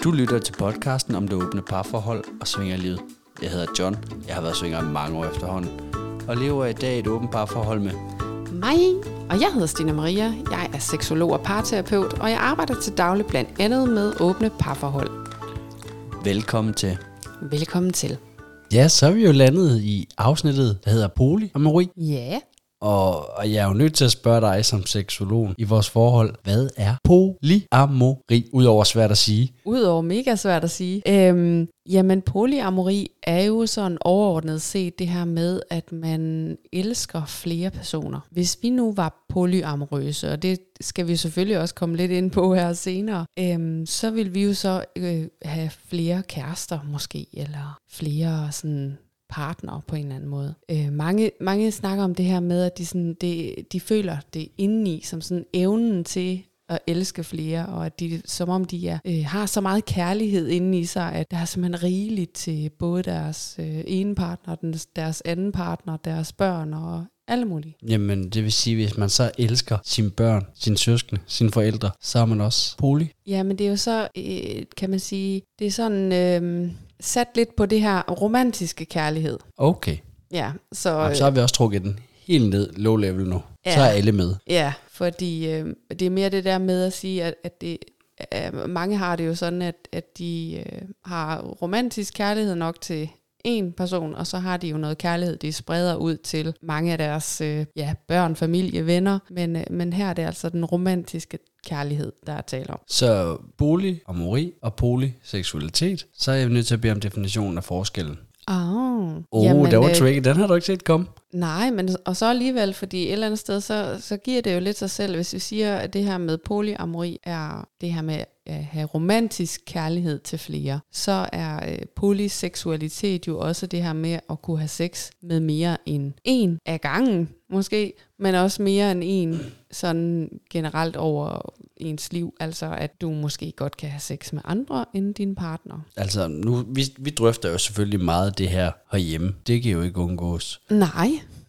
Du lytter til podcasten om det åbne parforhold og svingerlivet. Jeg hedder John, jeg har været svinger i mange år efterhånden, og lever i dag et åbent parforhold med mig, og jeg hedder Stina Maria. Jeg er seksolog og parterapeut, og jeg arbejder til daglig blandt andet med åbne parforhold. Velkommen til. Velkommen til. Ja, så er vi jo landet i afsnittet, der hedder polyamori. Ja. Og jeg er jo nødt til at spørge dig som seksolog i vores forhold, hvad er polyamori, udover svært at sige? Udover mega svært at sige. Jamen polyamori er jo sådan overordnet set det her med, at man elsker flere personer. Hvis vi nu var polyamorøse, og det skal vi selvfølgelig også komme lidt ind på her senere, så vil vi jo så have flere kærester måske, eller flere sådan partner på en eller anden måde. Mange snakker om det her med, at de føler det indeni som sådan evnen til at elske flere, og at de, som om de har så meget kærlighed inde i sig, at der er simpelthen rigeligt til både deres ene partner, deres anden partner, deres børn og alle mulige. Jamen, det vil sige, hvis man så elsker sine børn, sine søskende, sine forældre, så er man også poly. Ja, men det er jo så, kan man sige, det er sådan sat lidt på det her romantiske kærlighed. Okay. Ja, så har vi også trukket den helt ned, low level nu. Ja. Så er alle med. Ja, fordi det er mere det der med at sige, at det mange har det jo sådan, at de har romantisk kærlighed nok til en person, og så har de jo noget kærlighed, de spreder ud til mange af deres børn, familie, venner, men her er det altså den romantiske kærlighed, der er tale om. Så polyamori og polyseksualitet, så er jeg nødt til at bede om definitionen af forskellen. Jamen, det var tricky, den har du ikke set komme. Nej, men og så alligevel, fordi et eller andet sted, så giver det jo lidt sig selv, hvis vi siger, at det her med polyamori er det her med at have romantisk kærlighed til flere, så er polyseksualitet jo også det her med at kunne have sex med mere end en af gangen, måske, men også mere end en sådan generelt over ens liv, altså at du måske godt kan have sex med andre end din partner. Altså nu, vi drøfter jo selvfølgelig meget det her herhjemme, det kan jo ikke undgås. Nej.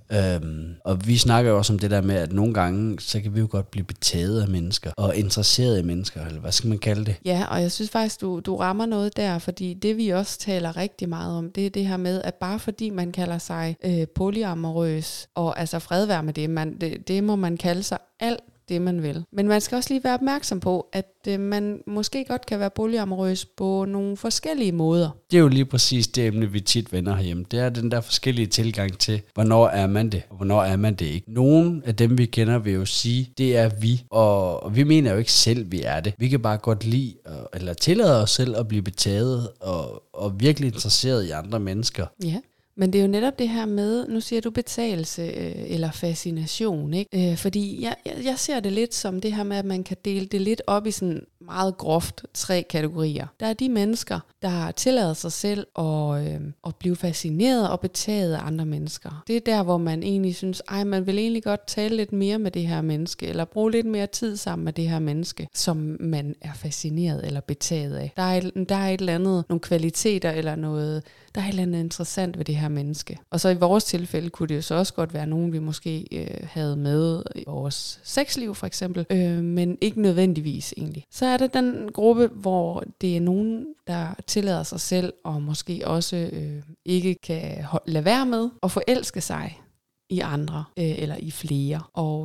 Og vi snakker jo også om det der med, at nogle gange, så kan vi jo godt blive betaget af mennesker, og interesseret i mennesker, eller hvad skal man kalde det? Ja, og jeg synes faktisk, du rammer noget der, fordi det vi også taler rigtig meget om, det er det her med, at bare fordi man kalder sig polyamorøs, og altså fred være med det, det må man kalde sig alt det man vil. Men man skal også lige være opmærksom på, at man måske godt kan være polyamorøs på nogle forskellige måder. Det er jo lige præcis det emne, vi tit vender herhjemme. Det er den der forskellige tilgang til, hvornår er man det, og hvornår er man det ikke. Nogle af dem, vi kender, vil jo sige, det er vi, og vi mener jo ikke selv, vi er det. Vi kan bare godt lide, eller tillade os selv at blive betaget, og virkelig interesseret i andre mennesker. Ja. Men det er jo netop det her med, nu siger du betagelse eller fascination, ikke? Fordi jeg ser det lidt som det her med, at man kan dele det lidt op i sådan meget groft 3 kategorier. Der er de mennesker, der tillader sig selv at blive fascineret og betaget af andre mennesker. Det er der, hvor man egentlig synes, man vil egentlig godt tale lidt mere med det her menneske, eller bruge lidt mere tid sammen med det her menneske, som man er fascineret eller betaget af. Der er et eller andet, nogle kvaliteter eller noget, der er et eller andet interessant ved det her menneske. Og så i vores tilfælde kunne det jo så også godt være nogen, vi måske havde med i vores sexliv for eksempel, men ikke nødvendigvis egentlig. Så er der den gruppe, hvor det er nogen, der tillader sig selv, og måske også ikke kan lade være med at forelske sig i andre, eller i flere.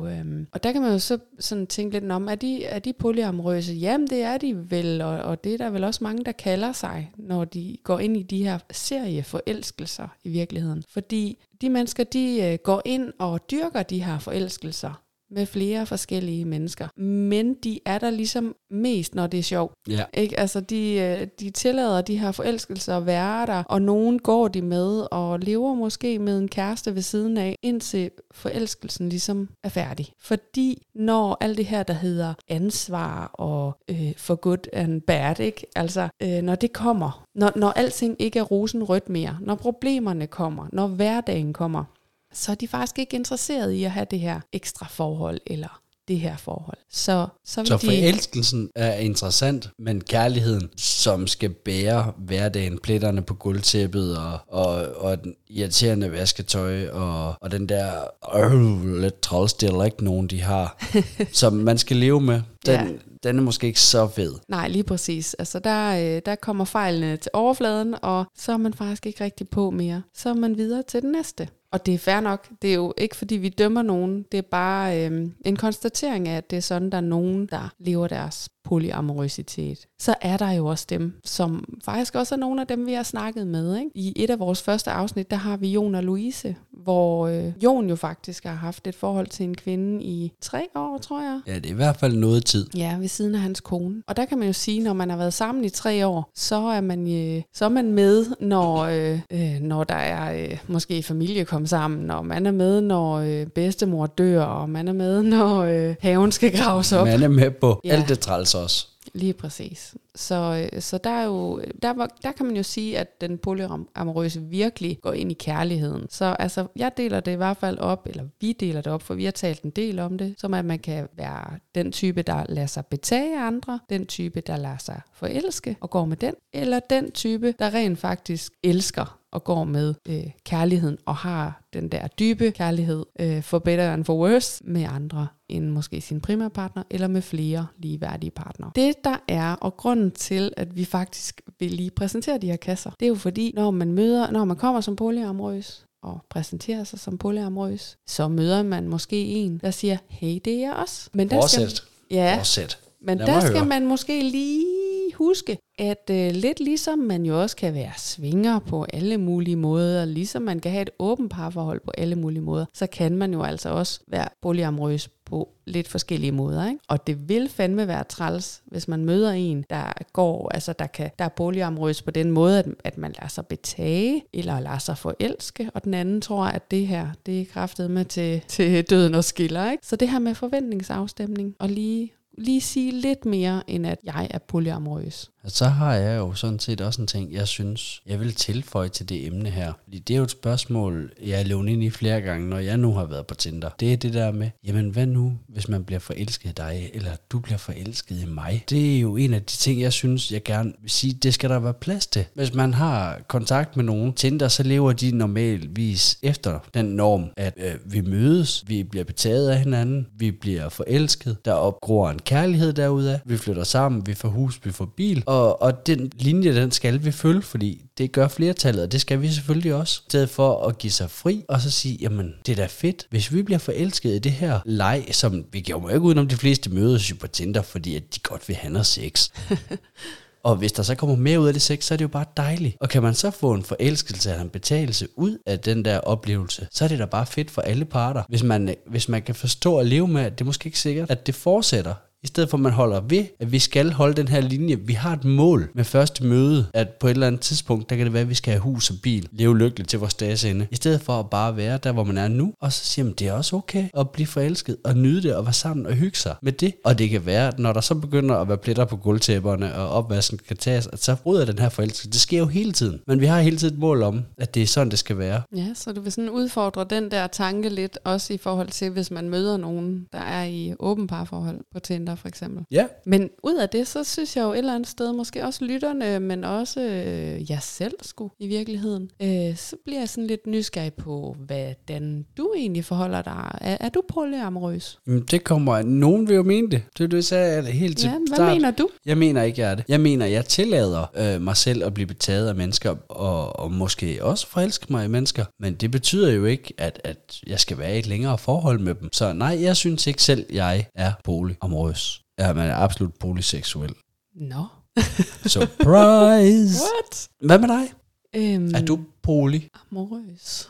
Og der kan man jo så sådan tænke lidt om, er de polyamorøse? Jamen det er de vel, og det er der vel også mange, der kalder sig, når de går ind i de her serieforelskelser i virkeligheden. Fordi de mennesker, de går ind og dyrker de her forelskelser med flere forskellige mennesker. Men de er der ligesom mest, når det er sjovt. Ja. Ikke? Altså, de tillader de her forelskelser at være der, og nogen går de med og lever måske med en kæreste ved siden af, indtil forelskelsen ligesom er færdig. Fordi når alt det her, der hedder ansvar og for good and bad, ikke? Altså, når det kommer, når alting ikke er rosenrødt mere, når problemerne kommer, når hverdagen kommer, så er de faktisk ikke interesseret i at have det her ekstra forhold, eller det her forhold. Så forelskelsen er interessant, men kærligheden, som skal bære hverdagen, pletterne på gulvtæppet, og den irriterende vasketøj, og den der lidt træls dialekt, nogen de har, som man skal leve med, den er måske ikke så fed. Nej, lige præcis. Altså der kommer fejlene til overfladen, og så er man faktisk ikke rigtig på mere. Så er man videre til den næste. Og det er fair nok. Det er jo ikke, fordi vi dømmer nogen. Det er bare en konstatering af, at det er sådan, der er nogen, der lever deres polyamorøsitet. Så er der jo også dem, som faktisk også er nogle af dem, vi har snakket med. Ikke? I et af vores første afsnit, der har vi Jon og Louise, hvor Jon jo faktisk har haft et forhold til en kvinde i 3 år, tror jeg. Ja, det er i hvert fald noget tid. Ja, ved siden af hans kone. Og der kan man jo sige, når man har været sammen i 3 år, så er man med, når der er måske familie kommer sammen, og man er med, når bedstemor dør, og man er med, når haven skal graves op. Man er med på alt det træls også. Lige præcis. Så der er jo, der kan man jo sige, at den polyamorøse virkelig går ind i kærligheden. Så altså, jeg deler det i hvert fald op, eller vi deler det op, for vi har talt en del om det, som at man kan være den type, der lader sig betage af andre, den type, der lader sig forelske og går med den, eller den type, der rent faktisk elsker og går med kærligheden og har den der dybe kærlighed for better and for worse med andre end måske sin primærpartner eller med flere ligeværdige partnere. Det der er, og grunden til, at vi faktisk vil lige præsentere de her kasser, det er jo fordi, når man kommer som polyamorøs og præsenterer sig som polyamorøs, så møder man måske en, der siger, hey, det er jeg også. Men der skal man måske lige huske, at lidt ligesom man jo også kan være svinger på alle mulige måder, ligesom man kan have et åbent parforhold på alle mulige måder, så kan man jo altså også være polyamorøs på lidt forskellige måder. Ikke? Og det vil fandme være træls, hvis man møder en, der er polyamorøs på den måde, at man lader sig betage, eller lader sig forelske, og den anden tror, at det her, det er kraftet med til døden og skiller. Ikke? Så det her med forventningsafstemning, og lige sige lidt mere, end at jeg er polyamorøs. Så har jeg jo sådan set også en ting, jeg synes, jeg vil tilføje til det emne her. Fordi det er jo et spørgsmål, jeg er løbet ind i flere gange, når jeg nu har været på Tinder. Det er det der med, jamen hvad nu, hvis man bliver forelsket i dig, eller du bliver forelsket i mig? Det er jo en af de ting, jeg synes, jeg gerne vil sige, det skal der være plads til. Hvis man har kontakt med nogen, Tinder, så lever de normalvis efter den norm, at vi mødes, vi bliver betaget af hinanden, vi bliver forelsket, der opgror en kærlighed derudaf, vi flytter sammen, vi får hus, vi får bil, og den linje, den skal vi følge, fordi det gør flertallet, og det skal vi selvfølgelig også. I stedet for at give sig fri, og så sige, jamen, det er da fedt. Hvis vi bliver forelsket i det her leg, som vi giver jo ikke udenom de fleste mødes jo på Tinder, fordi at de godt vil have noget sex. Og hvis der så kommer mere ud af det sex, så er det jo bare dejligt. Og kan man så få en forelskelse eller en betalelse ud af den der oplevelse, så er det da bare fedt for alle parter. Hvis man kan forstå og leve med, at det er måske ikke sikkert, at det fortsætter. I stedet for, at man holder ved, at vi skal holde den her linje. Vi har et mål med første møde, at på et eller andet tidspunkt, der kan det være, at vi skal have hus og bil, leve lykkeligt til vores dages ende. I stedet for at bare være der, hvor man er nu, og så siger man, det er også okay at blive forelsket, og nyde det, og være sammen og hygge sig med det. Og det kan være, at når der så begynder at være pletter på gulvtæpperne, og opvasken kan tages, at så bryder den her forelskelse. Det sker jo hele tiden. Men vi har hele tiden et mål om, at det er sådan, det skal være. Ja, så du vil sådan udfordre den der tanke lidt, også i forhold til, hvis man møder nogen, der er i åben parforhold på Tinder for eksempel. Ja. Men ud af det, så synes jeg jo et eller andet sted, måske også lytterne, men også jeg selv skulle i virkeligheden, så bliver jeg sådan lidt nysgerrig på, hvordan du egentlig forholder dig. Er du polyamorøs? Det kommer, nogen vil jo mene det. Det sagde jeg helt til start. Hvad mener du? Jeg mener ikke, jeg er det. Jeg mener, jeg tillader mig selv at blive betaget af mennesker, og måske også forelske mig i mennesker. Men det betyder jo ikke, at jeg skal være i et længere forhold med dem. Så nej, jeg synes ikke selv, jeg er polyamorøs. Ja, man er absolut polyseksuel. Nå. Surprise! What? Hvad med dig? Er du amorøs?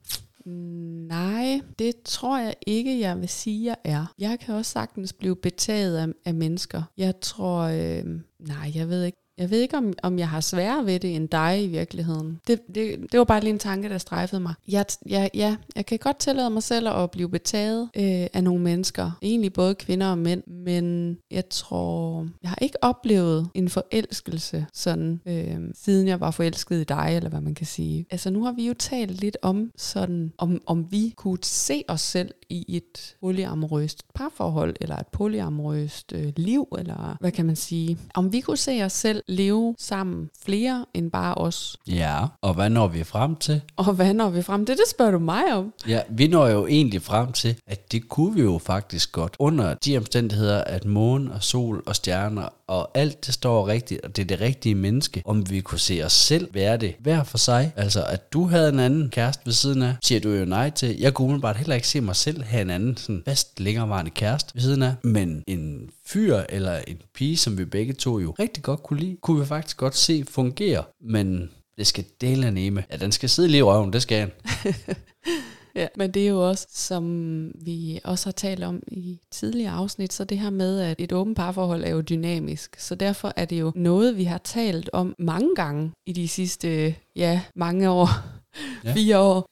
Nej, det tror jeg ikke, jeg vil sige, jeg er. Jeg kan også sagtens blive betaget af mennesker. Jeg tror, jeg ved ikke. Jeg ved ikke, om jeg har sværere ved det end dig i virkeligheden. Det var bare lige en tanke, der strejfede mig. Jeg kan godt tillade mig selv at blive betaget af nogle mennesker. Egentlig både kvinder og mænd. Men jeg tror, jeg har ikke oplevet en forelskelse sådan, siden jeg var forelsket i dig, eller hvad man kan sige. Altså nu har vi jo talt lidt om sådan, om vi kunne se os selv i et polyamorøst parforhold, eller et polyamorøst liv, eller hvad kan man sige? Om vi kunne se os selv leve sammen flere end bare os. Ja, og hvad når vi frem til? Og hvad når vi frem til? Det spørger du mig om. Ja, vi når jo egentlig frem til, at det kunne vi jo faktisk godt. Under de omstændigheder, at måne og sol og stjerner og alt det står rigtigt, og det er det rigtige menneske, om vi kunne se os selv være det hver for sig. Altså, at du havde en anden kæreste ved siden af, siger du jo nej til. Jeg kunne umiddelbart heller ikke se mig selv have en anden sådan fast længerevarende kæreste ved siden af. Men en fyr eller en pige, som vi begge to jo rigtig godt kunne lide, kunne vi faktisk godt se fungere. Men det skal dele nemme. Ja, den skal sidde lige i røven, det skal den. Ja, men det er jo også, som vi også har talt om i tidligere afsnit, så det her med, at et åbent parforhold er jo dynamisk. Så derfor er det jo noget, vi har talt om mange gange i de sidste, mange år. Ja. 4 år.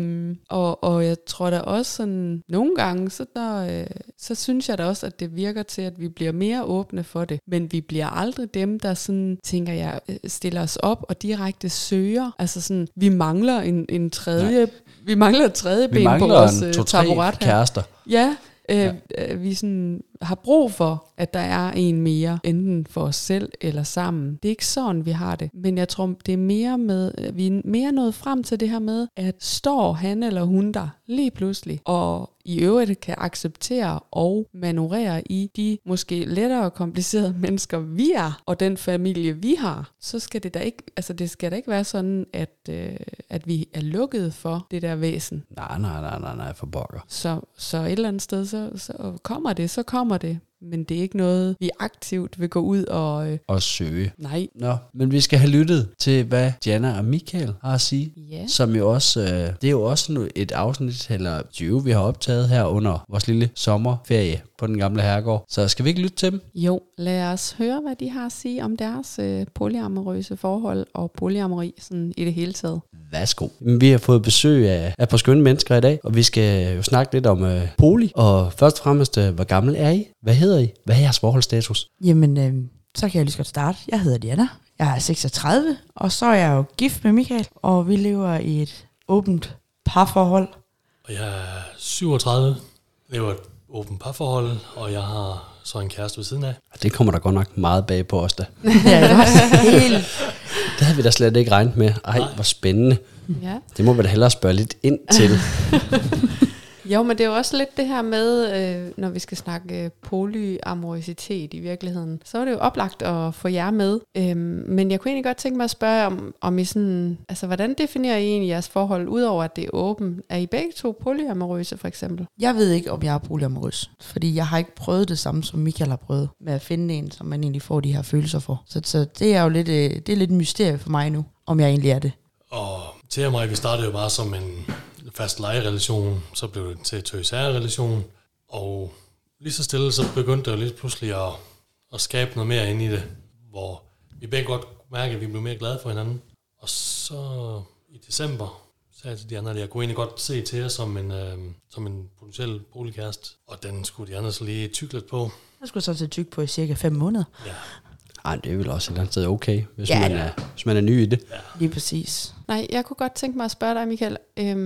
Og jeg tror da også sådan, nogle gange, så synes jeg da også, at det virker til, at vi bliver mere åbne for det. Men vi bliver aldrig dem, der sådan, tænker jeg, stiller os op og direkte søger. Altså sådan, vi mangler en tredje... Nej. Vi mangler et tredje ben på vores taburet her. Kærester. Ja, vi sådan har brug for, at der er en mere, enten for os selv eller sammen. Det er ikke sådan, vi har det. Men jeg tror, det er mere med, vi er mere nået frem til det her med, at står han eller hun der lige pludselig, og i øvrigt kan acceptere og manøvrere i de måske lettere komplicerede mennesker, vi er, og den familie, vi har, så skal det da ikke, altså det skal da ikke være sådan, at vi er lukket for det der væsen. Nej, for pokker. Så et eller andet sted, så kommer det. Men det er ikke noget, vi aktivt vil gå ud og søge. Nej. Nå, men vi skal have lyttet til, hvad Diana og Michael har at sige. Yeah. Som jo også, det er jo også et afsnit, eller 20, vi har optaget her under vores lille sommerferie på den gamle herregård. Så skal vi ikke lytte til dem? Jo, lad os høre, hvad de har at sige om deres polyamorøse forhold og polyamori sådan i det hele taget. Værsgo. Vi har fået besøg af et par skønne mennesker i dag, og vi skal jo snakke lidt om poly. Og først og fremmest, hvor gammel er I? Hvad hedder I? Hvad er jeres forholdsstatus? Jamen, så kan jeg lige så godt starte. Jeg hedder Diana. Jeg er 36, og så er jeg jo gift med Michael, og vi lever i et åbent parforhold. Og jeg er 37, lever et åbent parforhold, og jeg har så en kæreste ved siden af. Det kommer der godt nok meget bag på os da. Ja, det var helt... Det havde vi da slet ikke regnet med. Ej, hvor spændende. Ja. Det må vi da hellere spørge lidt ind til. Jo, men det er jo også lidt det her med, når vi skal snakke polyamorositet i virkeligheden, så er det jo oplagt at få jer med. Men jeg kunne egentlig godt tænke mig at spørge om I sådan, altså hvordan definerer I egentlig jeres forhold, udover at det er åbent? Er I begge to polyamorøse for eksempel? Jeg ved ikke, om jeg er polyamorøs, fordi jeg har ikke prøvet det samme, som Michael har prøvet, med at finde en, som man egentlig får de her følelser for. Så det er jo lidt, det er lidt en mysterie for mig nu, om jeg egentlig er det. Og til og mig, vi startede jo bare som en fast lejerelation, så blev det til relation, og lige så stille, så begyndte det jo lidt pludselig at skabe noget mere ind i det, hvor vi begge godt mærke, at vi blev mere glade for hinanden. Og så i december sagde jeg til de andre, at jeg kunne egentlig godt se til jer som en potentiel boligkæreste, og den skulle de andre så lige tykke lidt på. Jeg skulle så til tykke på i cirka 5 måneder. Ja. Ej, det er vel også et eller andet sted okay, hvis man er ny i det. Ja. Lige præcis. Nej, jeg kunne godt tænke mig at spørge dig, Michael.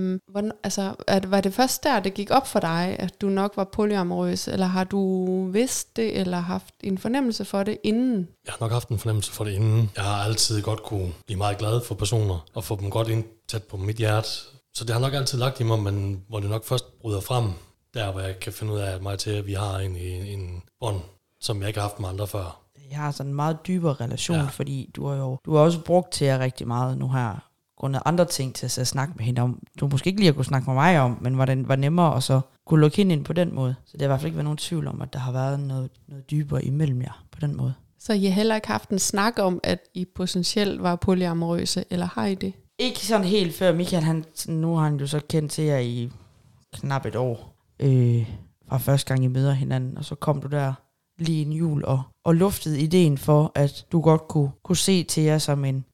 Var det først der, det gik op for dig, at du nok var polyamorøs, eller har du vidst det, eller haft en fornemmelse for det inden? Jeg har nok haft en fornemmelse for det inden. Jeg har altid godt kunne blive meget glad for personer, og få dem godt ind tæt på mit hjerte. Så det har nok altid lagt i mig, men hvor det nok først bryder frem, der hvor jeg kan finde ud af mig til, at vi har en bånd, som jeg ikke har haft med andre før. Jeg har sådan en meget dybere relation, fordi du har også brugt til jer rigtig meget nu her, grundet andre ting til at snakke med hende om. Du måske ikke lige at kunne snakke med mig om, men hvordan var nemmere at så kunne lukke hende ind på den måde. Så det har i hvert fald ikke været nogen tvivl om, at der har været noget dybere imellem jer på den måde. Så I har heller ikke haft en snak om, at I potentielt var polyamorøse, eller har I det? Ikke sådan helt før Michael, nu har han jo så kendt til jer i knap et år, fra første gang I møder hinanden, og så kom du der lige en jul og luftede ideen for, at du godt kunne se til jer som en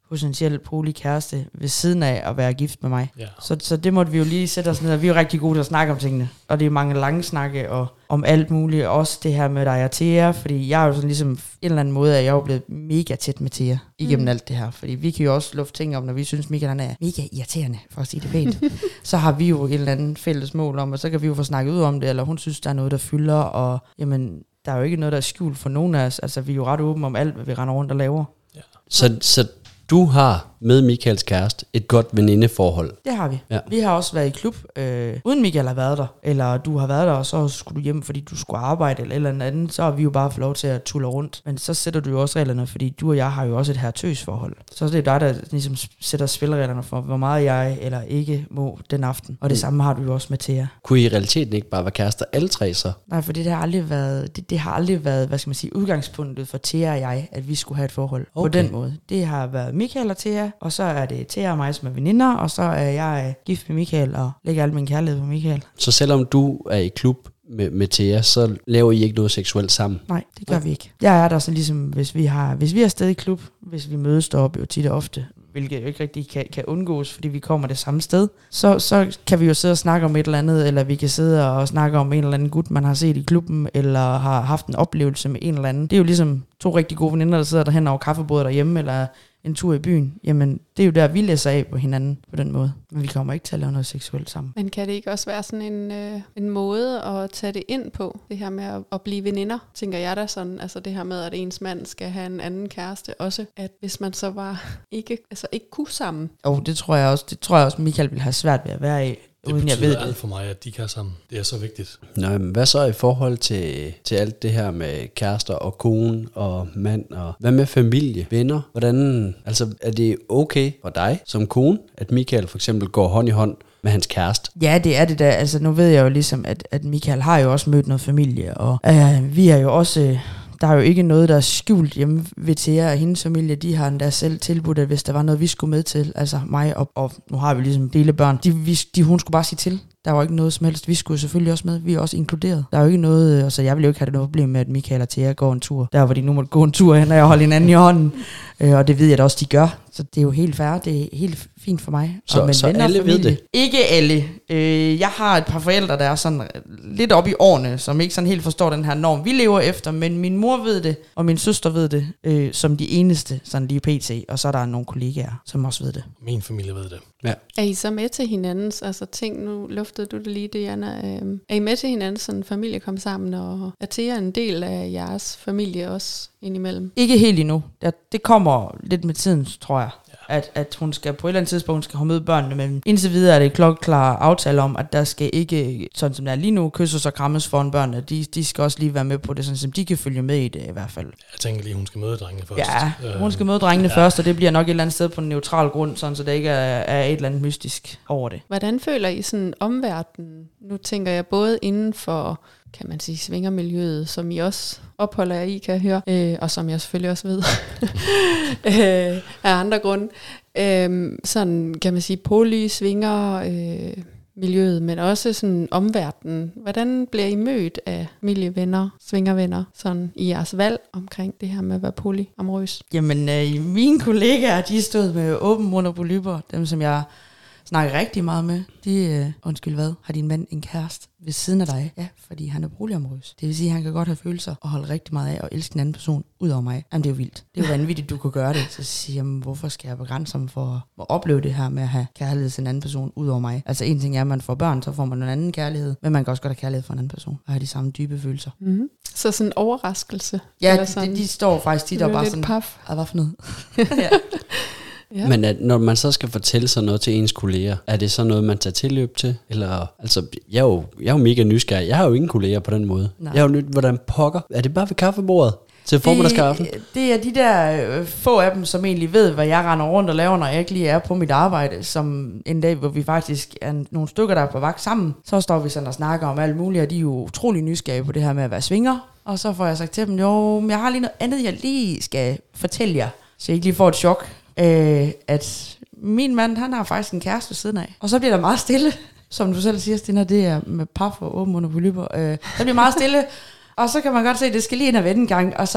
potentiel polykæreste ved siden af at være gift med mig. Ja. Så det måtte vi jo lige sætte os ned, og vi er jo rigtig gode til at snakke om tingene. Og det er mange lange snakke og om alt muligt. Også det her med dig og Thea, fordi jeg er jo sådan ligesom en eller anden måde, at jeg er jo blevet mega tæt med Thea igennem alt det her. Fordi vi kan jo også lufte ting om, når vi synes, Michael han er mega irriterende, for at sige det pænt. Så har vi jo et eller andet fælles mål om, og så kan vi jo få snakket ud om det, eller hun synes, der er noget, der fylder, og jamen, der er jo ikke noget, der er skjult for nogen af os. Altså, vi er jo ret åbne om alt, hvad vi render rundt og laver. Ja. Så du har med Michaels kæreste et godt venindeforhold. Det har vi. Ja. Vi har også været i klub, uden Michael har været der. Eller du har været der, og så skulle du hjem, fordi du skulle arbejde eller andet. Så har vi jo bare fået lov til at tulle rundt. Men så sætter du jo også reglerne, fordi du og jeg har jo også et hertøsforhold. Så det er dig, der ligesom sætter spillereglerne for, hvor meget jeg eller ikke må den aften. Og det samme har du jo også med Thea. Kunne I i realiteten ikke bare være kærester alle tre så? Nej, for det har aldrig været, det har aldrig været, hvad skal man sige, udgangspunktet for Thea og jeg, at vi skulle have et forhold på den måde. Det har været Michael og Thea, og så er det Thea og mig som er veninder, og så er jeg gift med Michael og lægger al min kærlighed på Michael. Så selvom du er i klub med Thea, så laver I ikke noget seksuelt sammen? Nej, det gør vi ikke. Jeg er der så ligesom, hvis vi er afsted i klub, hvis vi mødes deroppe jo tit og ofte, hvilket jo ikke rigtig kan undgås, fordi vi kommer det samme sted, så kan vi jo sidde og snakke om et eller andet, eller vi kan sidde og snakke om en eller anden gut, man har set i klubben, eller har haft en oplevelse med en eller anden. Det er jo ligesom 2 rigtig gode veninder, der sidder derhen over kaffebordet derhjemme, eller en tur i byen. Jamen, det er jo der, vi læser af på hinanden på den måde. Men vi kommer ikke til at lave noget seksuelt sammen. Men kan det ikke også være sådan en måde at tage det ind på? Det her med at blive veninder, tænker jeg da sådan. Altså det her med, at ens mand skal have en anden kæreste også. At hvis man så var ikke kunne sammen. Det tror jeg også, Michael ville have svært ved at være i. Det uden betyder jeg ved alt for mig, at de kan sammen. Det er så vigtigt. Nå, men hvad så i forhold til alt det her med kærester og kone og mand? Og hvad med familie, venner? Hvordan, altså er det okay for dig som kone, at Michael for eksempel går hånd i hånd med hans kæreste? Ja, det er det da. Altså nu ved jeg jo ligesom, at Michael har jo også mødt noget familie, og vi er jo også... Der er jo ikke noget, der er skjult hjemme ved Thea og hendes familie. De har endda selv tilbudt, at hvis der var noget, vi skulle med til, altså mig og nu har vi ligesom delebørn, hun skulle bare sige til. Der var ikke noget som helst. Vi skulle selvfølgelig også med. Vi er også inkluderet. Der er jo ikke noget, altså jeg vil jo ikke have noget problem med, at Michael og Thea går en tur. Der hvor de nu måtte gå en tur hen og holde hinanden i hånden. Og det ved jeg da også, de gør. Så det er jo helt fair. Det er helt fint for mig. Så alle ved det? Ikke alle. Jeg har et par forældre, der er sådan lidt oppe i årene, som ikke sådan helt forstår den her norm, vi lever efter. Men min mor ved det, og min søster ved det, som de eneste, sådan lige pt. Og så er der nogle kollegaer, som også ved det. Min familie ved det. Ja. Er I så med til hinandens, altså ting, nu luftede du det lige, Diana, er I med til hinandens sådan familie kom sammen, og er Thea en del af jeres familie også indimellem? Ikke helt endnu. Det kommer lidt med tiden, tror jeg. At hun skal på et eller andet tidspunkt skal møde børnene, men indtil videre er det klokkeklar aftale om, at der skal ikke, sådan som det er lige nu, kysses og krammes foran børnene. De skal også lige være med på det, sådan som de kan følge med i det i hvert fald. Jeg tænker lige, hun skal møde drengene først. Ja, hun skal møde drengene først, og det bliver nok et eller andet sted på en neutral grund, sådan så der ikke er et eller andet mystisk over det. Hvordan føler I sådan omverdenen? Nu tænker jeg både inden for, kan man sige, svingermiljøet, som I også opholder jer i, kan jeg høre, og som jeg selvfølgelig også ved af andre grunde. Sådan kan man sige polysvinger miljøet, men også sådan omverdenen. Hvordan bliver I mødt af familievenner, svingervenner, sådan i jeres valg omkring det her med at være polyamorøs? Jamen, mine kollegaer, de stod med åben mund og polypper, dem som jeg snakker rigtig meget med. Undskyld hvad, har din mand en kæreste ved siden af dig? Ja, fordi han er polyamorøs. Det vil sige, at han kan godt have følelser og holde rigtig meget af og elske en anden person ud over mig. Jamen det er jo vildt. Det er jo vanvittigt, du kunne gøre det. Så siger jeg, hvorfor skal jeg begrænse ham for at opleve det her med at have kærlighed til en anden person ud over mig? Altså en ting er, at man får børn, så får man en anden kærlighed, men man kan også godt have kærlighed for en anden person og have de samme dybe følelser. Mm-hmm. Så sådan en overraskelse? Ja, de står faktisk tit og bare sådan, hvad for noget? Ja. Ja. Men når man så skal fortælle sådan noget til ens kolleger, er det så noget, man tager tilløb til? Eller, altså, jeg er jo mega nysgerrig. Jeg har jo ingen kolleger på den måde. Nej. Jeg er jo nyt, hvordan pokker. Er det bare ved kaffebordet? Til formiddagskaffen? Det er de der få af dem, som egentlig ved, hvad jeg render rundt og laver, når jeg ikke lige er på mit arbejde. Som en dag, hvor vi faktisk er nogle stykker, der er på vagt sammen. Så står vi sådan og snakker om alt muligt, og de er jo utrolig nysgerrige på det her med at være svinger. Og så får jeg sagt til dem, jo, jeg har lige noget andet, jeg lige skal fortælle jer. Så jeg ikke lige får et chok. At min mand, han har faktisk en kæreste ved siden af. Og så bliver der meget stille, som du selv siger, Stina, det er med paf og åben under polypper. Der bliver meget stille, og så kan man godt se, at det skal lige ind og vende en gang, og så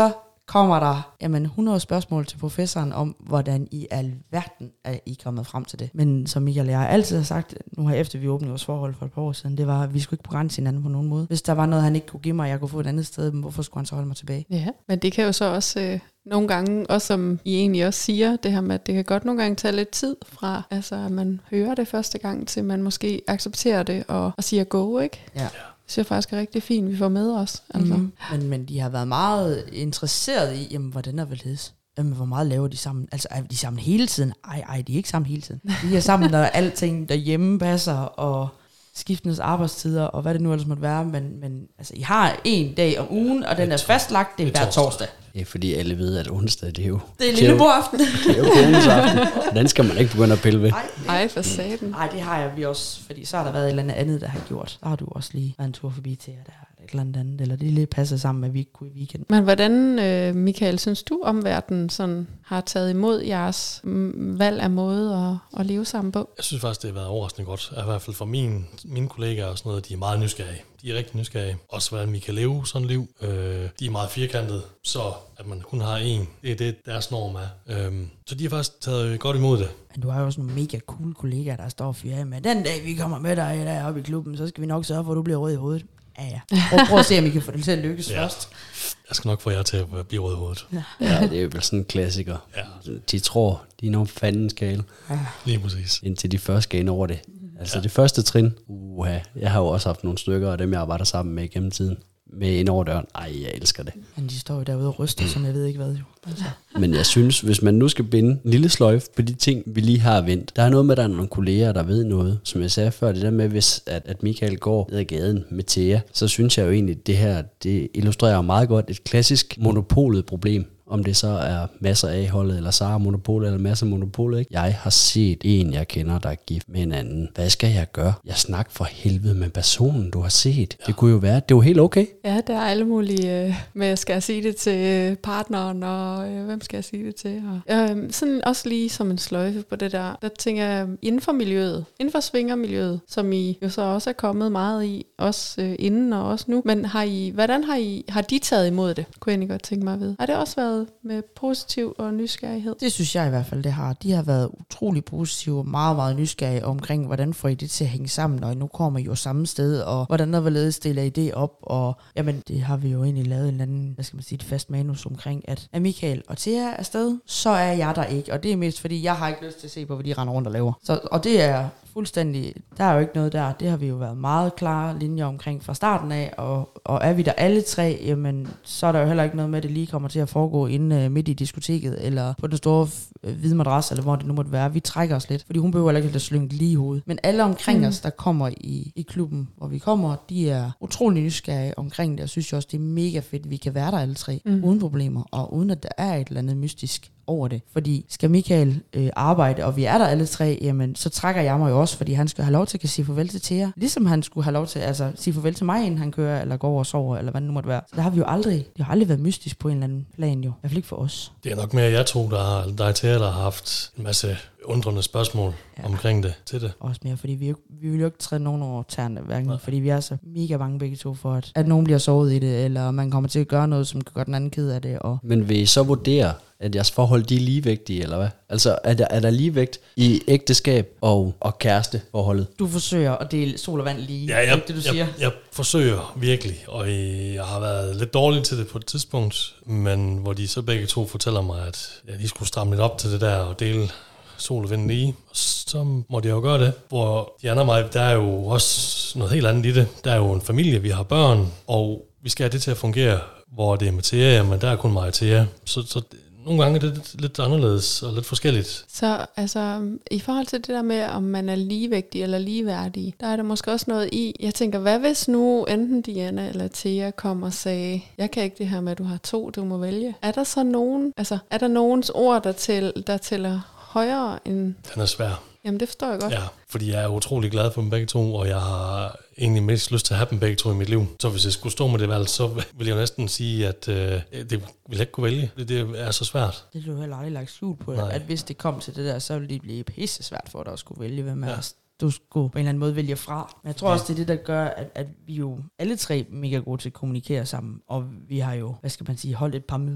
kommer der 100 spørgsmål til professoren om, hvordan i alverden er I kommet frem til det. Men som Michael og jeg altid har sagt, nu her efter vi åbnede vores forhold for et par år siden, det var, at vi skulle ikke begrænse hinanden på nogen måde. Hvis der var noget, han ikke kunne give mig, og jeg kunne få et andet sted, hvorfor skulle han så holde mig tilbage? Ja, men det kan jo så også nogle gange, også som I egentlig også siger, det her med, at det kan godt nogle gange tage lidt tid fra, altså at man hører det første gang, til man måske accepterer det og siger go, ikke? Ja. Det synes jeg faktisk er rigtig fint, vi får med os. Altså. Men de har været meget interesseret i, hvordan er hvorledes? Hvor meget laver de sammen? Altså er de sammen hele tiden? Ej, de er ikke sammen hele tiden. De er sammen, når alting derhjemme passer, og skiftendes arbejdstider, og hvad det nu ellers måtte være. Men altså, I har en dag om ugen, og den er fastlagt, det er hver torsdag. Det er fordi alle ved, at onsdag, det er jo... Det er lillebroraften. Det er jo kongens aften. Den skal man ikke begynde at pille ved. Ej, for satan. Nej, det har jeg vi også, fordi så har der været et eller andet, der har gjort. Så har du også lige været en tur forbi til jer der, eller et eller andet, eller det lige passer sammen med, at vi ikke kunne i weekend. Men hvordan, Michael, synes du, omverdenen sådan har taget imod jeres valg af måde at leve sammen på? Jeg synes faktisk, det har været overraskende godt. I hvert fald for mine kollegaer og sådan noget, de er meget nysgerrige. De er rigtig nysgerrige. Også hvordan vi kan leve sådan et liv. De er meget firkantede, så at man kun har én. Det er det, deres norm er. Så de har faktisk taget godt imod det. Men du har jo også nogle mega cool kollegaer, der står og fyrer med. Den dag, vi kommer med dig deroppe i klubben, så skal vi nok sørge for, at du bliver rød i hovedet. Ja. Prøv at se, om I kan få det til at lykkes først. Jeg skal nok få jer til at blive rød i hovedet. Ja, det er jo vel sådan en klassiker. Ja. De tror, de er nogle fandens gale. Ja. Lige præcis. Indtil de først skal ind over det. Altså det første trin. Jeg har jo også haft nogle stykker af dem, jeg arbejder sammen med gennem tiden. Med ind over døren. Ej, jeg elsker det. Men de står jo derude og ryster, som jeg ved ikke hvad jo. Altså. Men jeg synes, hvis man nu skal binde en lille sløjfe på de ting, vi lige har vendt. Der er noget med, at der er nogle kolleger, der ved noget. Som jeg sagde før, det der med, hvis at Michael går ned ad gaden med Thea, så synes jeg jo egentlig, at det her, det illustrerer meget godt et klassisk monopolet problem. Om det så er masser af holdet, eller Sara Monopol, eller masser af Monopol, ikke? Jeg har set en, jeg kender, der er gift med en anden. Hvad skal jeg gøre? Jeg snakker for helvede med personen, du har set. Ja. Det kunne jo være, det var helt okay. Ja, der er alle mulige med, skal jeg sige det til partneren, og hvem skal jeg sige det til? Og, sådan også lige som en sløjfe på det der tænker jeg, inden for miljøet, inden for svingermiljøet, som I jo så også er kommet meget i, også inden og også nu. Men hvordan har de taget imod det? Kunne jeg egentlig godt tænke mig at vide. Har det også været med positiv og nysgerrighed? Det synes jeg i hvert fald, det har. De har været utrolig positive og meget, meget nysgerrige omkring, hvordan får I det til at hænge sammen, og nu kommer I jo samme sted, og hvordan der vil stille I det op, og jamen, det har vi jo egentlig lavet en eller anden, hvad skal man sige, et fast manus omkring, at er Michael og Thea er afsted, så er jeg der ikke, og det er mest fordi, jeg har ikke lyst til at se på, hvad de render rundt og laver. Så, og det er fuldstændig, der er jo ikke noget der, det har vi jo været meget klare linjer omkring fra starten af, og er vi der alle tre, jamen, så er der jo heller ikke noget med, at det lige kommer til at foregå inde midt i diskoteket, eller på den store hvide madras, eller hvor det nu måtte være. Vi trækker os lidt, fordi hun behøver ikke at slynge lige i hovedet. Men alle omkring os, der kommer i klubben, hvor vi kommer, de er utrolig nysgerrige omkring det, og synes jo også, det er mega fedt, at vi kan være der alle tre, uden problemer, og uden at der er et eller andet mystisk over det. Fordi skal Michael arbejde, og vi er der alle tre, jamen så trækker jeg mig jo også, fordi han skal have lov til at sige farvel til Thea. Ligesom han skulle have lov til at sige farvel til mig, inden han kører, eller går over og sover, eller hvad det nu måtte være. Så der har vi jo aldrig, det har aldrig været mystisk på en eller anden plan jo. I hvert fald ikke for os. Det er nok mere jeg to, der er Thea, der har haft en masse undrende spørgsmål omkring det til det. Også mere, fordi vi vil jo ikke træde nogen over tæerne, hverken, fordi vi er så mega bange begge to for, at nogen bliver sovet i det, eller man kommer til at gøre noget, som kan gøre den anden ked af det. Og men vil I så vurdere, at jeres forhold, de er ligevægtige, eller hvad? Altså, er der ligevægt i ægteskab og kæresteforholdet? Du forsøger at dele sol og vand lige, ja, det du siger? Jeg forsøger virkelig, og jeg har været lidt dårlig til det på et tidspunkt, men hvor de så begge to fortæller mig, at de skulle stramme lidt op til det der og dele sol og vind lige, og så måtte jeg jo gøre det. Hvor de andre mig, der er jo også noget helt andet i det. Der er jo en familie, vi har børn, og vi skal have det til at fungere, hvor det er med Thea, jamen der er kun mig og Thea. Så nogle gange er det lidt anderledes og lidt forskelligt. Så altså, i forhold til det der med, om man er ligevægtig eller ligeværdig, der er der måske også noget i, jeg tænker, hvad hvis nu enten Diana eller Thea kom og sagde, jeg kan ikke det her med, at du har to, du må vælge. Er der så nogen, altså er der nogens ord, der tæller højere end... Den er svær. Jamen det forstår jeg godt. Ja, fordi jeg er utrolig glad for dem begge to, og jeg har egentlig mest lyst til at have dem begge to i mit liv. Så hvis jeg skulle stå med det valg, så vil jeg næsten sige, at det vil jeg ikke kunne vælge. Det er så svært. Det er jo heller aldrig lagt skjul på, at hvis det kom til det der, så ville det blive pisse svært for dig at skulle vælge, hvem du skulle på en eller anden måde vælge fra. Men jeg tror også, det er det, der gør, at vi jo alle tre mega gode til at kommunikere sammen, og vi har jo, hvad skal man sige, holdt et par møder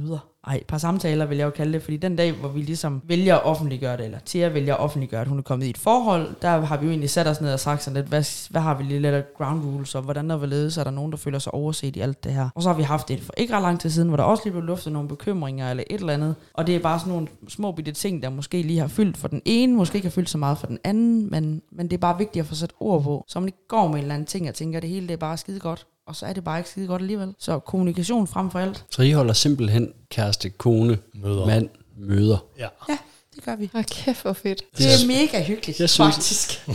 par samtaler vil jeg jo kalde det, fordi den dag, hvor vi ligesom vælger at offentliggøre det, eller Thea vælger at offentliggøre, at hun er kommet i et forhold, der har vi jo egentlig sat os ned og sagt sådan lidt, hvad har vi lige lidt af ground rules, og hvordan der vil ledes, er der nogen, der føler sig overset i alt det her. Og så har vi haft et for ikke ret lang tid siden, hvor der også lige blev luftet nogle bekymringer eller et eller andet, og det er bare sådan nogle små bitte ting, der måske lige har fyldt for den ene, måske ikke har fyldt så meget for den anden, men det er bare vigtigt at få sat ord på, så man ikke går med en eller anden ting og tænker, at det hele det er bare skide godt. Og så er det bare ikke skide godt alligevel. Så kommunikation frem for alt. Så I holder simpelthen kæreste, kone, mand, møder. Ja, det gør vi. Kæft hvor fedt. Det er mega hyggeligt, jeg synes, faktisk.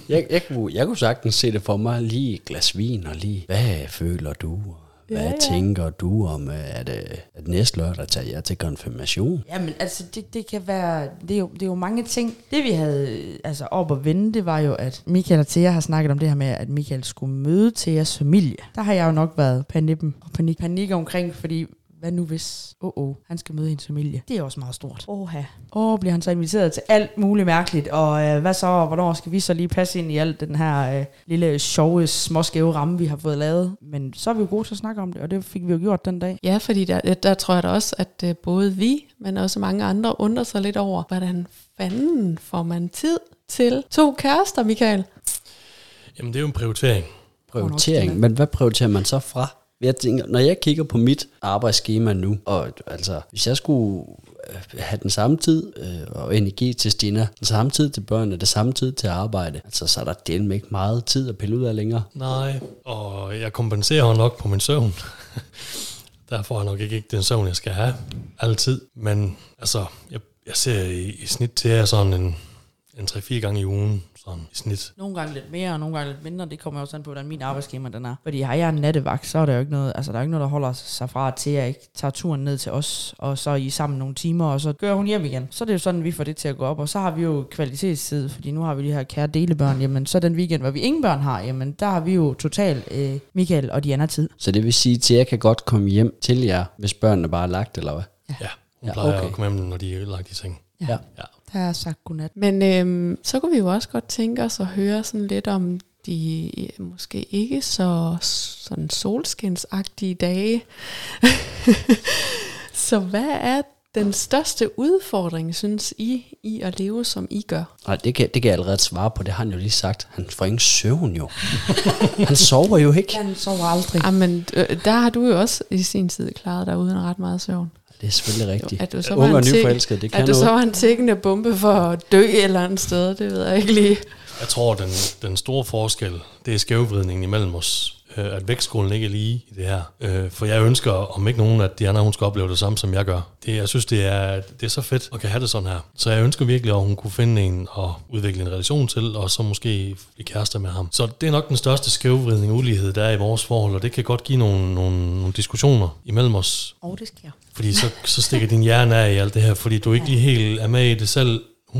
jeg kunne sagtens se det for mig, lige et glas vin, og lige, hvad føler du? Hvad tænker du om, at næste lørdag tager jeg til konfirmation? Jamen, altså, det kan være, det er jo mange ting. Det vi havde op at vende, det var jo, at Michael og Thea har snakket om det her med, at Michael skulle møde Theas familie. Der har jeg jo nok været panik omkring, fordi hvad nu hvis, han skal møde hendes familie. Det er også meget stort. Bliver han så inviteret til alt muligt mærkeligt, og hvad så, hvornår skal vi så lige passe ind i alt den her lille sjove, småskæve ramme, vi har fået lavet. Men så er vi jo gode til at snakke om det, og det fik vi jo gjort den dag. Ja, fordi der tror jeg da også, at både vi, men også mange andre undrer sig lidt over, hvordan fanden får man tid til 2 kærester, Michael? Jamen, det er jo en prioritering. Men hvad prioriterer man så fra? Jeg tænker, når jeg kigger på mit arbejdsskema nu, og altså, hvis jeg skulle have den samme tid og energi til Stina, den samme tid til børnene, den samme tid til arbejde, altså, så er der delt med ikke meget tid at pille ud af længere. Nej, og jeg kompenserer nok på min søvn. Der får jeg nok ikke den søvn, jeg skal have altid. Men altså, jeg ser i snit til jer sådan en 3-4 gange i ugen. Sådan i snit. Nogle gange lidt mere, og nogle gange lidt mindre. Det kommer jo sådan på, hvordan min arbejdsskema den er. Fordi har jeg en nattevagt, så er der jo ikke noget, der er ikke noget, der holder sig fra til, at jeg ikke tager turen ned til os, og så er I sammen nogle timer, og så gør hun hjem igen. Så er det jo sådan, vi får det til at gå op, og så har vi jo kvalitetstid, fordi nu har vi de her kære delebørn, jamen så den weekend, hvor vi ingen børn har, jamen der har vi jo totalt Michael og Diana tid. Så det vil sige, at jeg kan godt komme hjem til jer, hvis børnene bare er lagt, eller hvad? Ja, hun plejer at komme hjem, når de er lagt i seng. Ja. Der er sagt godnat. Men så kunne vi jo også godt tænke os at høre sådan lidt om de måske ikke så sådan solskinsagtige dage. Så hvad er den største udfordring, synes I at leve, som I gør? Nej, det kan jeg allerede svare på. Det har han jo lige sagt. Han får ingen søvn jo. Han sover jo ikke. Han sover aldrig. Jamen, der har du jo også i sin tid klaret dig uden ret meget søvn. Det er selvfølgelig rigtigt. At du så Unge og nyforelskede, det kan noget. At du så var en tikkende bombe for at dø et eller andet sted, det ved jeg ikke lige. Jeg tror, den store forskel, det er skævvridningen imellem os. At vægtskålen ikke er lige i det her. For jeg ønsker, om ikke nogen, at Diana hun skal opleve det samme, som jeg gør. Jeg synes, det er så fedt at kan have det sådan her. Så jeg ønsker virkelig, at hun kunne finde en og udvikle en relation til, og så måske blive kærester med ham. Så det er nok den største skævvridning og ulighed, der er i vores forhold, og det kan godt give nogle diskussioner imellem os. Det sker. Fordi så stikker din hjerne af i alt det her, fordi du ikke lige helt er med i det selv 100%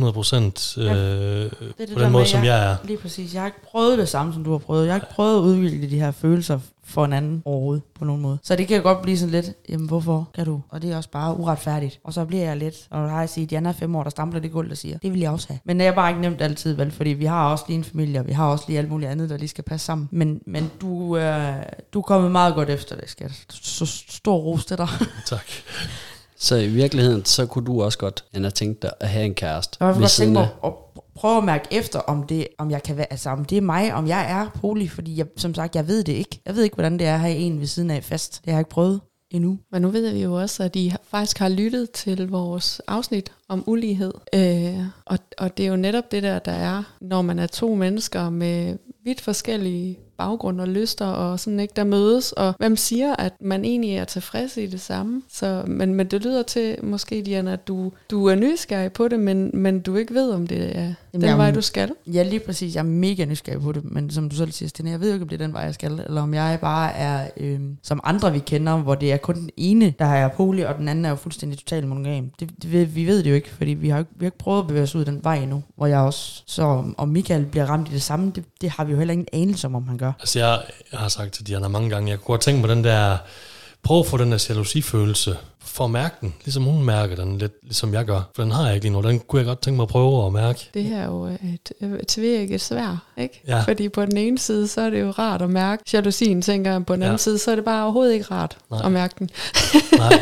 det på den måde, som jeg er. Lige præcis. Jeg har ikke prøvet det samme, som du har prøvet. Jeg har ikke prøvet at udvikle de her følelser for en anden overhovedet på nogen måde. Så det kan godt blive sådan lidt, jamen hvorfor kan du? Og det er også bare uretfærdigt. Og så bliver jeg lidt, og har jeg sagt, Diana er 5 år, der stampler det gulv, der siger, det vil jeg også have. Men det er bare ikke nemt altid, vel? Fordi vi har også lige en familie, og vi har også lige alt muligt andet, der lige skal passe sammen. Men du er kommet meget godt efter det, skat. Så stor ros til dig. Tak. Så i virkeligheden, så kunne du også godt have tænkt dig at have en kæreste. Jeg vil godt tænke mig at prøve at mærke efter, om jeg kan være, altså om det er mig, om jeg er poly, fordi jeg, som sagt, jeg ved det ikke. Jeg ved ikke, hvordan det er at have en ved siden af fast. Det har jeg ikke prøvet endnu. Men nu ved vi jo også, at I faktisk har lyttet til vores afsnit om ulighed. Og det er jo netop det der er, når man er 2 mennesker med vidt forskellige baggrund og lyster og sådan ikke der mødes, og hvem siger, at man egentlig er tilfreds i det samme. Så, men det lyder til måske, Diana, at du er nysgerrig på det, men du ikke ved, om det er den vej, du skal. Ja, lige præcis. Jeg er mega nysgerrig på det, men som du selv siger, Stine, jeg ved jo ikke, om det er den vej, jeg skal, eller om jeg bare er som andre, vi kender, hvor det er kun den ene, der er poly, og den anden er jo fuldstændig totalt monogam. Vi ved det jo ikke, fordi vi har ikke prøvet at bevæge os ud den vej endnu, hvor jeg også, så om Michael bliver ramt i det samme, det har vi jo heller ingen anelse om han gør. Altså jeg har sagt til Diana mange gange, jeg kunne godt tænke på den der, prøv at få den der jalousifølelse for at mærke den, ligesom hun mærker den, lidt ligesom jeg gør. For den har jeg ikke lige nu, den kunne jeg godt tænke mig at prøve at mærke. Det her er jo et tvækket sværd, ikke? Ja. Fordi på den ene side, så er det jo rart at mærke jalousien, tænker jeg. På den anden side, så er det bare overhovedet ikke rart at mærke den. Nej.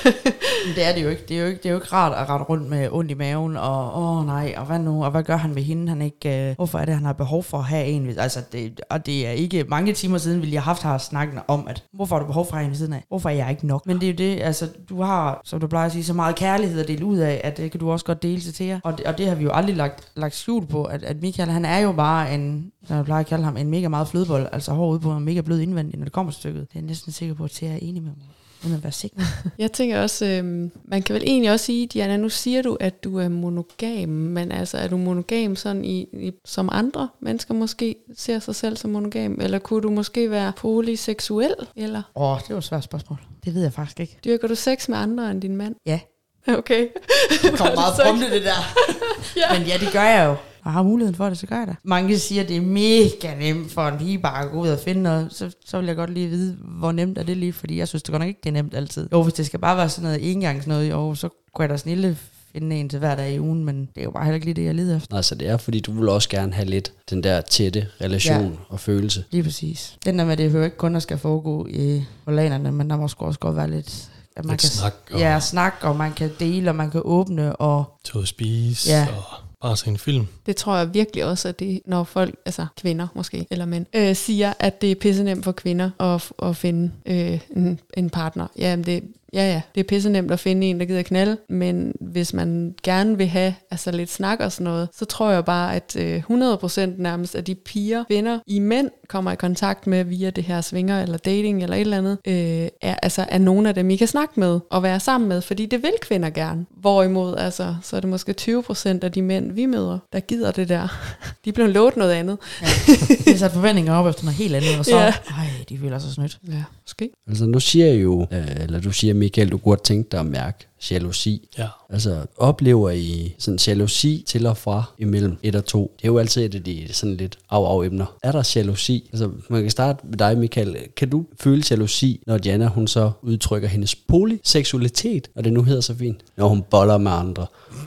Det er det jo ikke. Det er jo ikke rart at rette rundt med ondt i maven, og nej, og hvad nu, og hvad gør han med hende? Han ikke, hvorfor er det, han har behov for at have en? Altså, det er ikke mange timer siden, ville jeg have haft snakken om, at hvorfor har du behov for at have en ved siden af? Hvorfor er jeg ikke nok? Men det er jo det, altså, du har, som du plejer at sige, så meget kærlighed at dele ud af, at det kan du også godt dele til jer. Og det har vi jo aldrig lagt skjul på, at Michael, han er jo bare en, som jeg plejer at kalde ham, en mega meget flødebold, altså hård ude på en mega blød indvendig, når det kommer til stykket. Det er jeg næsten sikker på, at Thea er enig med mig. Man være sikker. Jeg tænker også, man kan vel egentlig også sige, Diana, nu siger du, at du er monogam, men altså er du monogam sådan som andre mennesker måske ser sig selv som monogam, eller kunne du måske være polyseksuel, eller? Det var et svært spørgsmål. Det ved jeg faktisk ikke. Dyrker du sex med andre end din mand? Ja. Okay. Det kommer meget prompte det der. Ja. Men ja, det gør jeg jo. Og har muligheden for det, så gør jeg det. Mange siger, at det er mega nemt for en pige bare at gå ud og finde noget. Så vil jeg godt lige vide, hvor nemt er det lige, fordi jeg synes det godt nok ikke, det er nemt altid. Jo, hvis det skal bare være sådan noget engangs noget, så kunne jeg da snille finde en til hver dag i ugen, men det er jo bare heller ikke lige det, jeg lider efter. Nej, så det er, fordi du vil også gerne have lidt den der tætte relation og følelse. Lige præcis. Den der med, det hører ikke kun, der skal foregå i organerne, men der må også godt være lidt... At man kan snakke, og man kan dele, og man kan åbne, og... Til at spise, og bare se en film. Det tror jeg virkelig også, at det, når folk, altså kvinder måske, eller mænd, siger, at det er pissenemt for kvinder at finde en partner. Jamen det er pissenemt at finde en, der gider knalde, men hvis man gerne vil have altså lidt snak og sådan noget, så tror jeg bare, at 100% nærmest af de piger, kvinder i mænd kommer i kontakt med via det her swinger eller dating eller et eller andet, er nogle af dem, I kan snakke med og være sammen med, fordi det vil kvinder gerne. Hvorimod, altså, så er det måske 20% af de mænd, vi møder, der gider det der. De bliver lovet noget andet. Ja. De har sat forventninger op efter noget helt andet, og så, de føler sig snydt. Ja, måske. Altså nu siger jeg jo, eller du siger, Michael, du godt tænke dig at mærke jalousi. Ja. Altså oplever I sådan jalousi til og fra imellem 1 og 2? Det er jo altid et af de sådan lidt emner. Er der jalousi? Altså man kan starte med dig, Michael. Kan du føle jalousi, når Diana hun så udtrykker hendes polyseksualitet, og det nu hedder så fint, når hun boller med andre?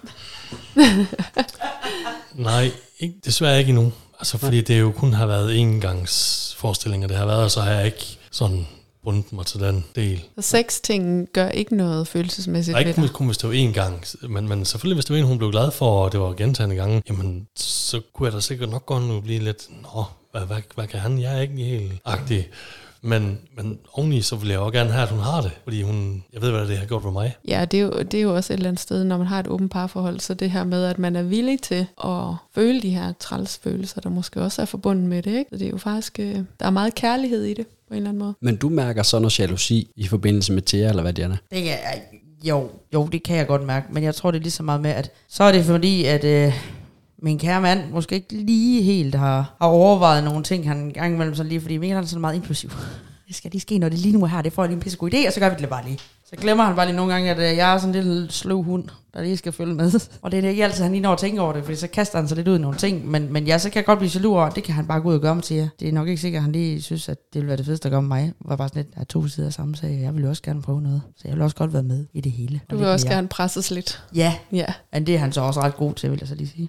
Nej, desværre ikke endnu. Altså fordi det jo kun har været engangsforestillinger, det har været, og så har jeg ikke sådan bundet mig til den del. Så sextingen gør ikke noget følelsesmæssigt ved dig? Ikke kun hvis det var én gang, men selvfølgelig hvis det var en, hun blev glad for, og det var gentagne gange, jamen så kunne jeg da sikkert nok godt nu blive lidt, hvad kan han? Jeg er ikke helt agtig. Men oveni, så vil jeg også gerne have, at hun har det, fordi jeg ved, hvad det har gjort for mig. Ja, det er jo også et eller andet sted, når man har et åbent parforhold, så det her med, at man er villig til at føle de her trælsfølelser, der måske også er forbundet med det, ikke? Så det er jo faktisk, der er meget kærlighed i det, på en eller anden måde. Men du mærker så noget jalousi i forbindelse med Thea, eller hvad, Diana? Jo, det kan jeg godt mærke, men jeg tror, det er lige så meget med, at så er det fordi, at... min kære mand måske ikke lige helt har overvejet nogle ting, han en gang imellem sådan lige, fordi Michael er sådan meget impulsiv. Det skal lige ske, når det lige nu er her, det får jeg lige en pissegod idé, og så gør vi det bare lige. Så glemmer han bare lige nogle gange, at jeg er sådan en lille sløv hund, der lige skal følge med. Og det er ikke altid, han lige når at tænke over det, fordi så kaster han sig lidt ud i nogle ting. Men ja, så kan jeg godt blive jaloux over, det kan han bare gå ud og gøre med til jer. Det er nok ikke sikkert, at han lige synes, at det ville være det fedeste at gøre med mig. Det var bare sådan lidt, der er 2 sider af samme sag, jeg vil også gerne prøve noget. Så jeg vil også godt være med i det hele. Du vil også gerne presses lidt. Ja, men det er han så også ret god til, vil jeg så lige sige.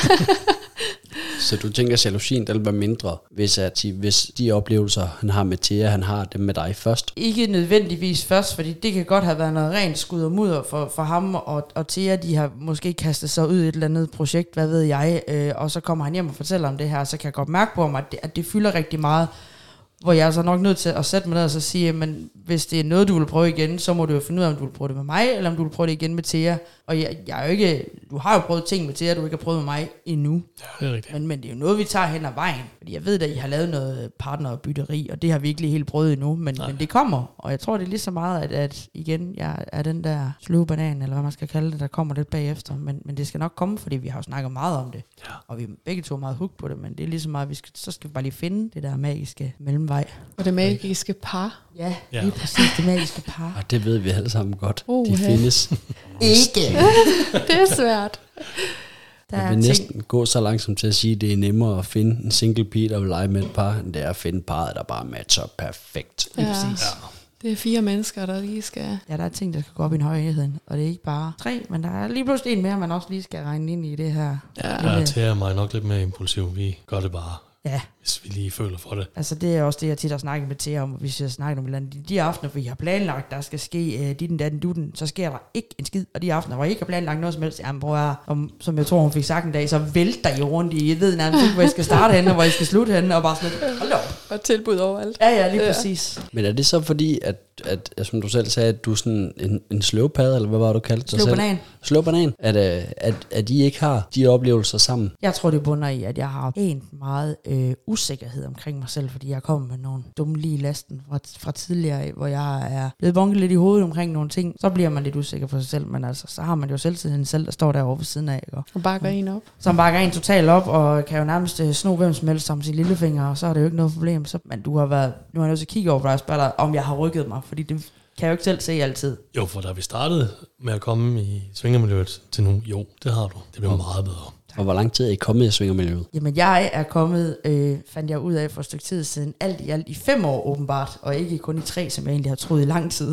Så du tænker, at jalousien der vil være mindre, hvis de oplevelser, han har med Thea, han har dem med dig først? Ikke nødvendigvis først, fordi det kan godt have været noget rent skud og mudder for ham og Thea. De har måske kastet sig ud i et eller andet projekt, hvad ved jeg, og så kommer han hjem og fortæller om det her, så kan jeg godt mærke på mig, at det fylder rigtig meget. Hvor jeg er så nok nødt til at sætte mig ned og så sige, men hvis det er noget, du vil prøve igen, så må du jo finde ud af, om du vil prøve det med mig, eller om du vil prøve det igen med Thea. Og jeg er jo ikke, du har jo prøvet ting med Thea, du ikke har prøvet med mig endnu. Ja, det er rigtigt. Men det er jo noget, vi tager hen ad vejen. Fordi jeg ved, at I har lavet noget partnerbytteri, og det har vi ikke lige helt prøvet endnu, men det kommer. Og jeg tror, det er lige så meget, at igen, jeg er den der sløve banan, eller hvad man skal kalde det, der kommer lidt bagefter. Men det skal nok komme, fordi vi har jo snakket meget om det. Ja. Og vi er begge to meget hooked på det, men det er lige så meget, så skal vi bare lige finde det der magiske mellemvej. Og det magiske par. Ja, lige præcis, det magiske par. Og det ved vi alle sammen godt. De findes. Ikke. Det er svært. Jeg vil næsten gå så langsomt til at sige, at det er nemmere at finde en single pige, der vil lege med et par, end det er at finde parret, der bare matcher perfekt. Ja. Præcis. Det er 4 mennesker, der lige skal... Ja, der er ting, der skal gå op i en høj enhed, og det er ikke bare 3, men der er lige pludselig en mere, man også lige skal regne ind i det her. Jeg tager mig nok lidt mere impulsiv. Vi gør det bare, hvis vi lige føler for det. Altså det er også det, jeg tit har snakket med Thea om, hvis jeg snakker om et eller andet. De aftener, hvor I har planlagt, der skal ske dit datten, dutten, så sker der ikke en skid. Og de aftener, hvor I ikke har planlagt noget som helst, jamen som jeg tror, hun fik sagt en dag, så vælter I rundt i, jeg ved nærmest ikke, hvor I skal starte henne, og hvor I skal slutte henne, og bare sådan, hold op. Og tilbud overalt. Ja, lige præcis. Men er det så fordi, at som du selv sagde, at du er sådan en sløvpadde, eller hvad var du kaldt dig selv? Sløv banan. At I ikke har de oplevelser sammen? Jeg tror, det bunder i, at jeg har en meget usikkerhed omkring mig selv, fordi jeg kommer med nogle dumme lige lasten fra tidligere, hvor jeg er blevet bunket lidt i hovedet omkring nogle ting. Så bliver man lidt usikker på sig selv, men altså, så har man jo selvtilliden selv, der står derovre ved siden af. Og bakker en op. Som bakker en totalt op, og kan jo nærmest sno hvem som helst som sin lillefinger, og så er det jo ikke noget problem. Men nu har jeg nødt til at kigge over, og spørge dig, om jeg har rykket mig, fordi det kan jeg jo ikke selv se altid. Jo, for da vi startede med at komme i svingermiljøet til nu, jo, det har du. Det bliver meget bedre. Og hvor lang tid er I kommet i svingermiljøet? Jamen, jeg er kommet, fandt jeg ud af for et stykke tid siden, alt i alt i 5 år åbenbart, og ikke kun i 3, som jeg egentlig har troet i lang tid.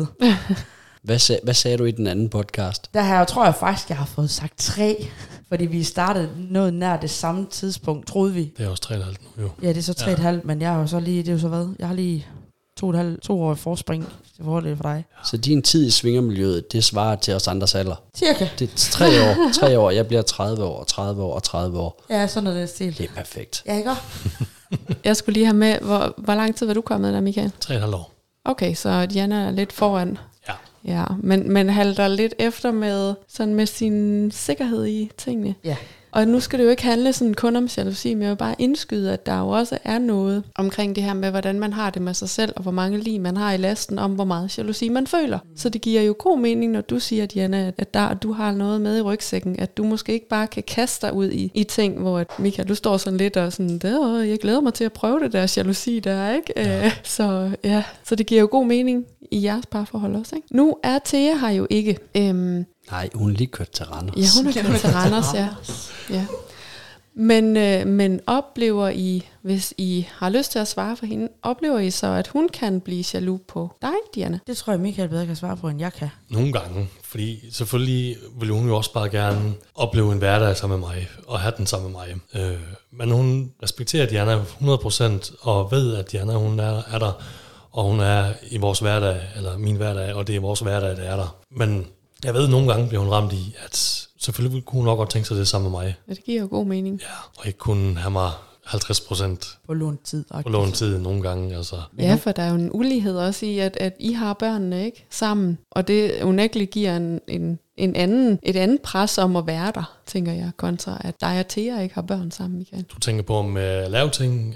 Hvad sagde du i den anden podcast? Der her tror jeg faktisk, jeg har fået sagt 3, fordi vi startede noget nær det samme tidspunkt, troede vi. Det er også 3,5 nu, jo. Ja, det er så 3,5, men jeg har jo så lige, det er jo så hvad? Jeg har lige 2 år i forspring til fordel for dig. Så din tid i svingermiljøet, det svarer til os andres alder? Cirka. Det er 3 år. Jeg bliver 30 år, 30 år og 30 år. Ja, sådan noget det stil. Det er perfekt. Ja, ikke? Jeg skulle lige have med, hvor lang tid var du kommet der, Michael? 3,5 år. Okay, så Diana er lidt foran. Ja, men halter lidt efter med sin sikkerhed i tingene. Ja. Og nu skal det jo ikke handle sådan kun om jalousi, men jeg vil bare indskyde, at der jo også er noget omkring det her med, hvordan man har det med sig selv, og hvor mange lig man har i lasten, om hvor meget jalousi man føler. Så det giver jo god mening, når du siger, Diana, at du har noget med i rygsækken, at du måske ikke bare kan kaste dig ud i ting, hvor at, Michael, du står sådan lidt og sådan, jeg glæder mig til at prøve det der jalousi der, ikke? Ja. Så det giver jo god mening i jeres parforhold også, ikke? Nu er Thea her jo ikke. Nej, hun er lige kørt til Randers. Ja, hun er kørt til Randers, ja. Men oplever I, hvis I har lyst til at svare for hende, oplever I så, at hun kan blive jaloux på dig, Diana? Det tror jeg, Michael bedre kan svare på, end jeg kan. Nogle gange, fordi selvfølgelig vil hun jo også bare gerne opleve en hverdag sammen med mig, og have den sammen med mig. Men hun respekterer Diana 100%, og ved, at Diana hun er der, og hun er i vores hverdag, eller min hverdag, og det er vores hverdag, der er der. Men jeg ved, at nogle gange bliver hun ramt i, at selvfølgelig kunne hun nok godt tænke sig det sammen med mig. Ja, det giver jo god mening. Ja, og ikke kun have mig 50% på lånt tid. På lånt tid nogle gange. Altså. Ja, for der er jo en ulighed også i, at I har børnene ikke sammen, og det unægteligt giver et andet pres om at være der, tænker jeg, kontra at dig og Thea ikke har børn sammen, Michael. Du tænker på om lave ting?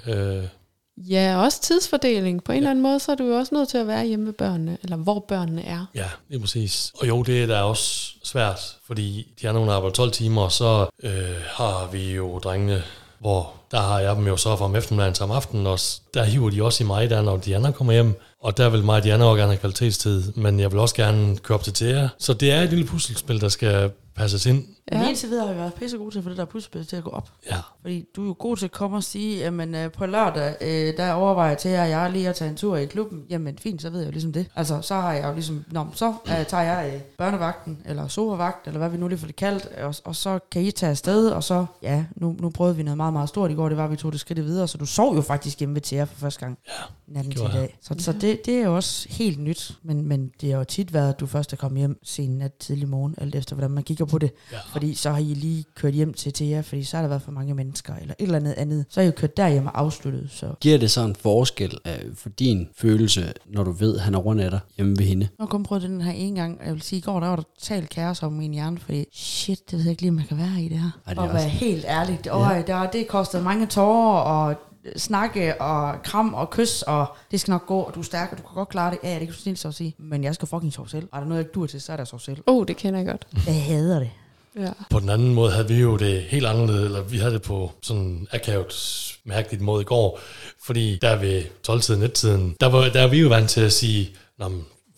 Ja, også tidsfordeling. På en eller anden måde, så er du jo også nødt til at være hjemme med børnene, eller hvor børnene er. Ja, det er præcis. Og jo, det er da også svært, fordi de andre nogle arbejder 12 timer, og så har vi jo drengene, hvor der har jeg dem jo så for om eftermiddagen samme aften, og der hiver de også i mig, der når de andre kommer hjem. Og der vil mig og de andre også gerne have kvalitetstid, men jeg vil også gerne køre op til Thea. Så det er et lille puslespil, der skal passes ind. Ja. Men indtil videre har vi været pisse gode til at få det der puslespil til at gå op. Ja. Fordi du er jo god til at komme og sige, jamen på lørdag, der overvejer jeg til, at jeg lige at tage en tur i klubben. Jamen fint, så ved jeg jo ligesom det. Altså så har jeg jo ligesom, så tager jeg børnevagten, eller sofavagten, eller hvad vi nu lige får det kaldt, og så kan I tage afsted, og så, ja, nu prøvede vi noget meget, meget stort i går, det var, at vi tog det skridt videre, så du sov jo faktisk hjemme ved Thea for første gang. Ja, natten til i dag. Så det er jo også helt nyt, men det har jo tit været, at du først er kommet hjem sen nat, tidlig morgen, alt efter hvordan man kigger på det. Ja. Fordi så har I lige kørt hjem til Thea, fordi så har der været for mange mennesker, eller et eller andet. Så har I jo kørt derhjemme og afsluttet. Så. Giver det så en forskel for din følelse, når du ved, at han er rundt af dig hjemme ved hende? Nu kom prøve den her en gang. Jeg vil sige, i går der var der totalt kaos om min hjerne, fordi shit, det ved jeg ikke lige, om man kan være i det her. Ej, det og være helt ærligt. Det kostede mange tårer, og snakke og kram og kys, og det skal nok gå, og du er stærk, og du kan godt klare det. Ja, det kan du snildt så sige. Men jeg skal fucking sove selv. Er der noget, jeg ikke dur til, så er der sove selv. Det kender jeg godt. Jeg hader det. Ja. På den anden måde havde vi jo det helt anderledes, eller vi havde det på sådan akavet mærkeligt måde i går, fordi der ved 12-tiden, 1-tiden, der er vi jo vant til at sige,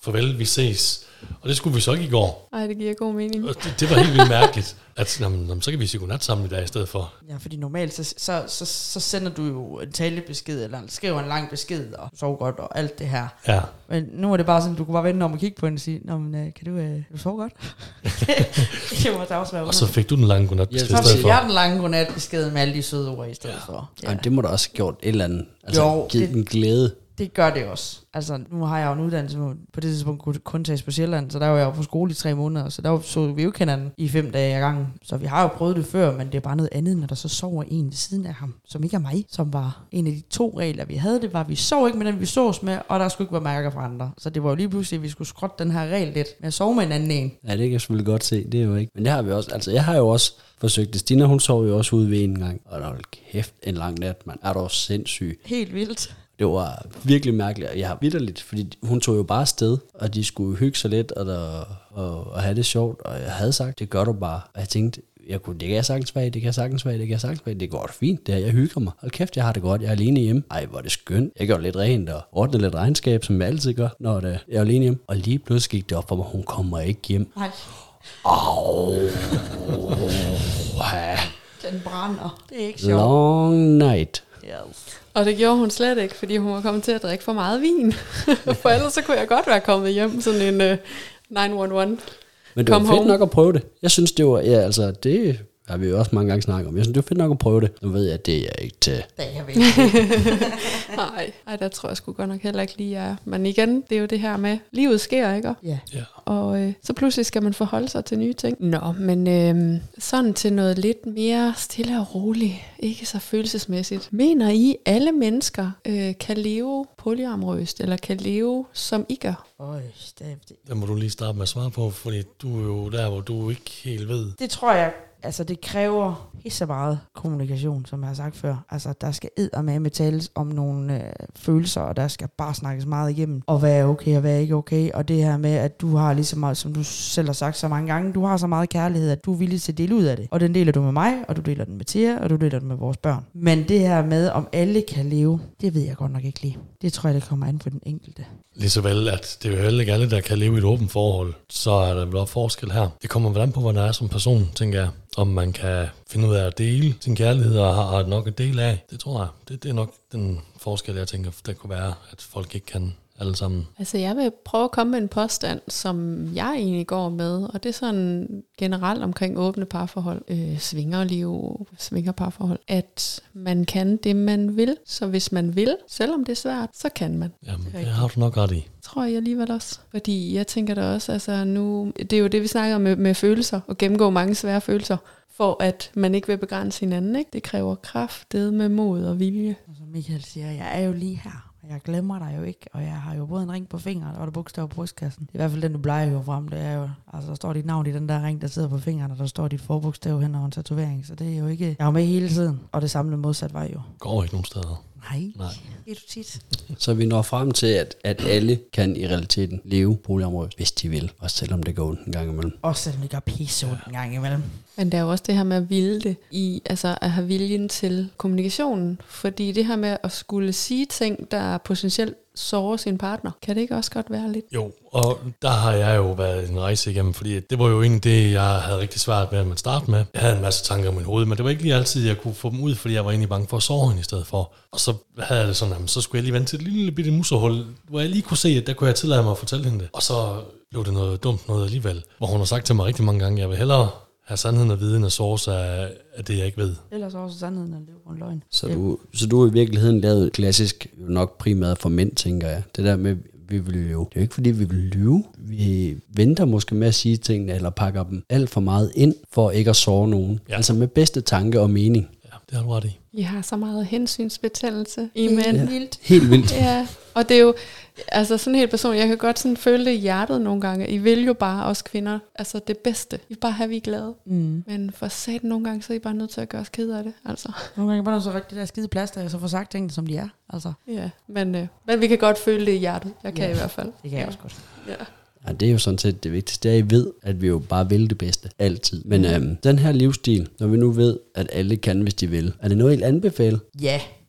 farvel, vi ses. Og det skulle vi så ikke i går. Ej, det giver god mening. Og det var helt vildt mærkeligt, at så kan vi sige godnat sammen i dag i stedet for. Ja, fordi normalt, så sender du jo en talebesked, eller skriver en lang besked, og sove godt, og alt det her. Ja. Men nu er det bare sådan, du kunne bare vende om og kigge på hende og sige, nå, men kan du sove godt? Det må da også være. Og så fik du den lange godnatbesked i Så stedet fik for. jeg den lange godnatbesked med alle de søde ord i stedet for. Ja. Jamen, det må da også have gjort et eller andet. Altså, Jo, givet en glæde. Det gør det også. Altså, nu har jeg jo en uddannelse, på det tidspunkt kunne kun tages på Sjælland, så der var jeg jo på skole i 3 måneder, så der så vi jo ikke hinanden i 5 dage ad gangen. Så vi har jo prøvet det før, men det er bare noget andet, når der så sover en ved siden af ham, som ikke er mig, som var en af de 2 regler, vi havde. Det var, at vi sov ikke med den, vi sås med, og der skulle ikke være mærker fra andre. Så det var jo lige pludselig, at vi skulle skrotte den her regel lidt med at sove med en anden en. Ja, det kan jeg selvfølgelig godt se, det er jo ikke. Men det har vi også, altså jeg har jo også forsøgt det. Stina, hun sov jo også ude ved en gang, og der var kæft en lang nat, man. Er du også sindssyg? Helt vildt. Det var virkelig mærkeligt, og jeg har vitterligt, fordi hun tog jo bare afsted, og de skulle hygge sig lidt og have det sjovt, og jeg havde sagt, det gør du bare. Og jeg tænkte, det kan jeg sagtens være, det går fint, det her, jeg hygger mig. Hold kæft, jeg har det godt, jeg er alene hjemme. Ej, hvor er det skønt. Jeg gør lidt rent og ordner lidt regnskab, som jeg altid gør, når jeg er alene hjemme. Og lige pludselig gik det op for mig, hun kommer ikke hjem. Nej. Den brænder. Det er ikke sjovt. Long night. Yes. Og det gjorde hun slet ikke, fordi hun var kommet til at drikke for meget vin. For ellers så kunne jeg godt være kommet hjem, sådan en 911. Men det var fedt nok at prøve det. Jeg synes, det var, ja, altså, det har vi jo også mange gange snakket om. Jeg synes, det var fedt nok at prøve det. Nu ved jeg, at det er ikke til. Det er vigtigt. Nej, der tror jeg sgu godt nok heller ikke lige er. Men igen, det er jo det her med, livet sker, ikke? Ja. Og så pludselig skal man forholde sig til nye ting. Nå, men sådan til noget lidt mere stille og roligt, ikke så følelsesmæssigt. Mener I, alle mennesker kan leve polyamorøst, eller kan leve som I gør? Det må du lige starte med at svare på, fordi du er jo der, hvor du ikke helt ved. Det tror jeg, altså det kræver så meget kommunikation, som jeg har sagt før. Altså der skal eddermame tales om nogle følelser, og der skal bare snakkes meget igennem. Og hvad er okay, og hvad er ikke okay. Og det her med, at du har lige så meget, som du selv har sagt så mange gange, du har så meget kærlighed, at du er villig til at dele ud af det. Og den deler du med mig, og du deler den med Thea, og du deler den med vores børn. Men det her med, om alle kan leve, det ved jeg godt nok ikke lige. Det tror jeg, det kommer an på den enkelte. Lige så vel, at det er jo heller ikke alle, der kan leve i et åbent forhold. Så er der vel også forskel her. Det kommer vel an på, hvordan man er som person, tænker jeg. Om man kan finde ud af at dele sin kærlighed og har nok at dele af. Det tror jeg. Det er nok den forskel, jeg tænker, der kunne være, at folk ikke kan alle sammen. Altså jeg vil prøve at komme med en påstand, som jeg egentlig går med, og det er sådan generelt omkring åbne parforhold, svingerliv, svingerparforhold, at man kan det, man vil. Så hvis man vil, selvom det er svært, så kan man. Jamen, det har du nok ret i. Tror jeg alligevel også. Fordi jeg tænker da også, altså nu, det er jo det, vi snakker med følelser, og gennemgå mange svære følelser, for at man ikke vil begrænse hinanden, ikke? Det kræver kraft, det med mod og vilje. Og som Michael siger, jeg er jo lige her. Jeg glemmer dig jo ikke, og jeg har jo både en ring på fingeren og der bogstav på brystkassen. Det er i hvert fald den, du plejer jo frem. Det er jo, altså der står dit navn i den der ring, der sidder på fingeren, og der står dit forbogstav hen over en tatovering. Så det er jo ikke, jeg er jo med hele tiden, og det samme modsat vej jo. Går ikke nogen steder. Nej. Det er du tit. Så vi når frem til, at alle kan i realiteten leve polyamorøst, hvis de vil. Også selvom det går ondt en gang imellem. Også selvom det gør pisse ondt en gang imellem. Men der er jo også det her med at ville det, altså at have viljen til kommunikationen. Fordi det her med at skulle sige ting, der potentielt sårer sin partner, kan det ikke også godt være lidt? Jo, og der har jeg jo været en rejse igennem, fordi det var jo egentlig det, jeg havde rigtig svært med at starte med. Jeg havde en masse tanker i mit hoved, men det var ikke lige altid, jeg kunne få dem ud, fordi jeg var egentlig bange for at såre hende i stedet for. Og så havde jeg det sådan, at så skulle jeg lige vente til et lille bitte musehul, hvor jeg lige kunne se, at der kunne jeg tillade mig at fortælle hende det. Og så blev det noget dumt noget alligevel, hvor hun har sagt til mig rigtig mange gange, jeg vil hellere have sandheden og viden og sårs af det, jeg ikke ved. Ellers også sandheden at leve på en løgn. Så du har i virkeligheden lavet klassisk, nok primært for mænd, tænker jeg. Det der med, vi vil lyve. Det er jo ikke, fordi vi vil lyve. Vi venter måske med at sige tingene, eller pakker dem alt for meget ind, for ikke at såre nogen. Ja. Altså med bedste tanke og mening. Ja, det har du ret i. I har så meget hensynsbetændelse i mænd. Ja. Helt vildt. Ja, og det er jo, altså sådan helt personligt, jeg kan godt sådan føle det i hjertet nogle gange. I vil jo bare, os kvinder, altså det bedste. I vil bare have, vi er glade. Mm. Men for satan nogle gange, så er I bare nødt til at gøre os ked af det, altså. Nogle gange bare så rigtig det der skide plaster, og så får sagt tingene, som de er, altså. Ja, men vi kan godt føle det i hjertet. Jeg kan i hvert fald. Det kan jeg også godt. Ja. Ja, det er jo sådan set det vigtigste. Det er, at I ved, at vi jo bare vil det bedste. Altid. Men den her livsstil, når vi nu ved, at alle kan, hvis de vil. Er det noget, I vil anbefale? Ja, og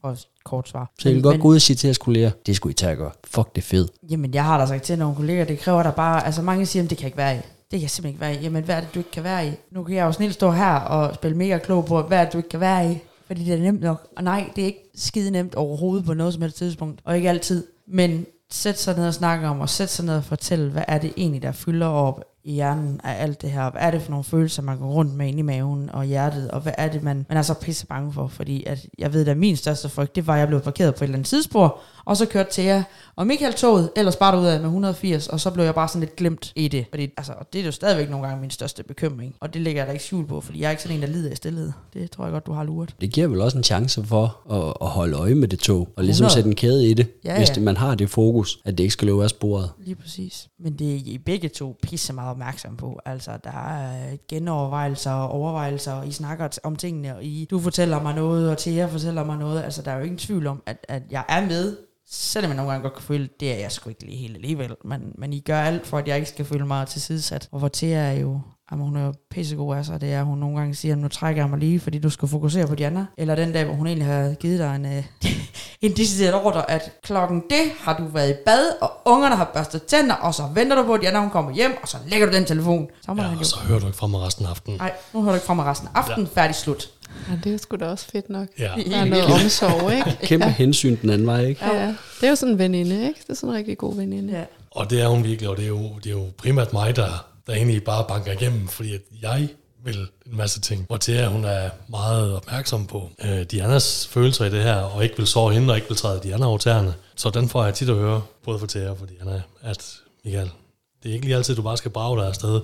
kort svar. Så jeg vil godt gå ud og sige til jeres kolleger, det skulle I tage at gøre. Fuck, det er fedt. Jamen, jeg har da sagt til nogle kolleger, det kræver der bare, altså mange siger, det kan ikke være i. Det kan jeg simpelthen ikke være i. Jamen, hvad er det, du ikke kan være i? Nu kan jeg jo snilt stå her og spille mega klog på, hvad er det, du ikke kan være i? Fordi det er nemt nok. Og nej, det er ikke skide nemt overhovedet på noget som helst tidspunkt. Og ikke altid. Men sæt sig ned og snakke om, og sæt sig ned og fortælle, hvad er det egentlig, der fylder op i hjernen af alt det her. Hvad er det for nogle følelser, man går rundt med inde i maven og hjertet, og hvad er det, man er så pisse bange for? Fordi at jeg ved, at min største frygt, det var, at jeg blev parkeret på et eller andet tidsspor, og så kørte til jer, og Michael toget, ellers bare derudad med 180, og så blev jeg bare sådan lidt glemt i det. Fordi altså, det er jo stadigvæk nogle gange min største bekymring, og det lægger jeg da ikke skjul på, fordi jeg er ikke sådan en, der lider i stillhed. Det tror jeg godt, du har luret. Det giver vel også en chance for at holde øje med det tog, og ligesom sætte en kæde i det, hvis man har det fokus, at det ikke skal løbe af sporet. Lige præcis. Men det er I begge to pisse meget opmærksom på. Altså, der er genovervejelser og overvejelser, og I snakker om tingene, og du fortæller mig noget, og Thea fortæller mig noget. Altså, der er jo ingen tvivl om, at jeg er med, selvom jeg nogle gange godt kan føle, det er jeg sgu ikke lige helt alligevel. Men I gør alt for, at jeg ikke skal føle mig tilsidesat. Og hvor Thea er jo, hun er jo pissegod af sig, det er, hun nogle gange siger, nu trækker jeg mig lige, fordi du skal fokusere på de andre. Eller den dag, hvor hun egentlig har givet dig en decideret ordre, at klokken det har du været i bad, og ungerne har børstet tænder, og så venter du på, at de andre hun kommer hjem, og så lægger du den telefon. Så hører du ikke fra mig resten af aftenen. Nej, nu hører du ikke fra mig resten af aftenen, færdig slut. Ja, det er sgu da også fedt nok. Ja. Der er noget omsorg, ikke? Kæmpe hensyn den anden vej, ikke? Ja. Det er jo sådan en veninde, ikke? Det er sådan en rigtig god veninde. Ja. Og det er hun virkelig, og det er jo primært mig, der egentlig bare banker igennem, fordi at jeg vil en masse ting. Hvor Thea, hun er meget opmærksom på Dianas følelser i det her, og ikke vil sove hende, og ikke vil træde Diana over tæerne. Så den får jeg tit at høre, både for Thea og for Diana, at Michael, det er ikke lige altid, du bare skal brage dig afsted,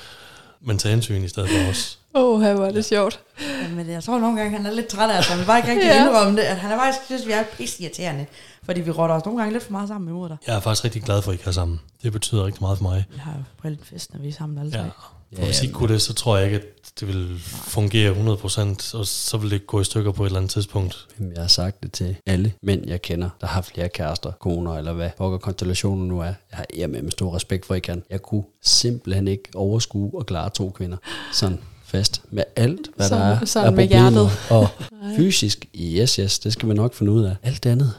men tage hensyn i stedet for os. Her var det sjovt. Men jeg tror nogle gange, han er lidt træt af os, han vil bare ikke rigtig indrømme det, at han er faktisk, synes vi er pisse irriterende, fordi vi rotter os nogle gange lidt for meget sammen imod dig. Jeg er faktisk rigtig glad for, at I kan sammen. Det betyder rigtig meget for mig. Vi har jo brillet fest, når vi er sammen alle tre. Ja. Og hvis I ikke kunne det, så tror jeg ikke, at det vil fungere 100%, og så vil det gå i stykker på et eller andet tidspunkt. Jamen, jeg har sagt det til alle mænd, jeg kender, der har flere kærester, koner eller hvad pokker konstellationen nu er. Jeg har med stor respekt for, at I kan. Jeg kunne simpelthen ikke overskue og klare 2 kvinder. Sådan fast med alt, hvad der er sådan med hjertet. Og fysisk, yes, det skal vi nok finde ud af. Alt det andet,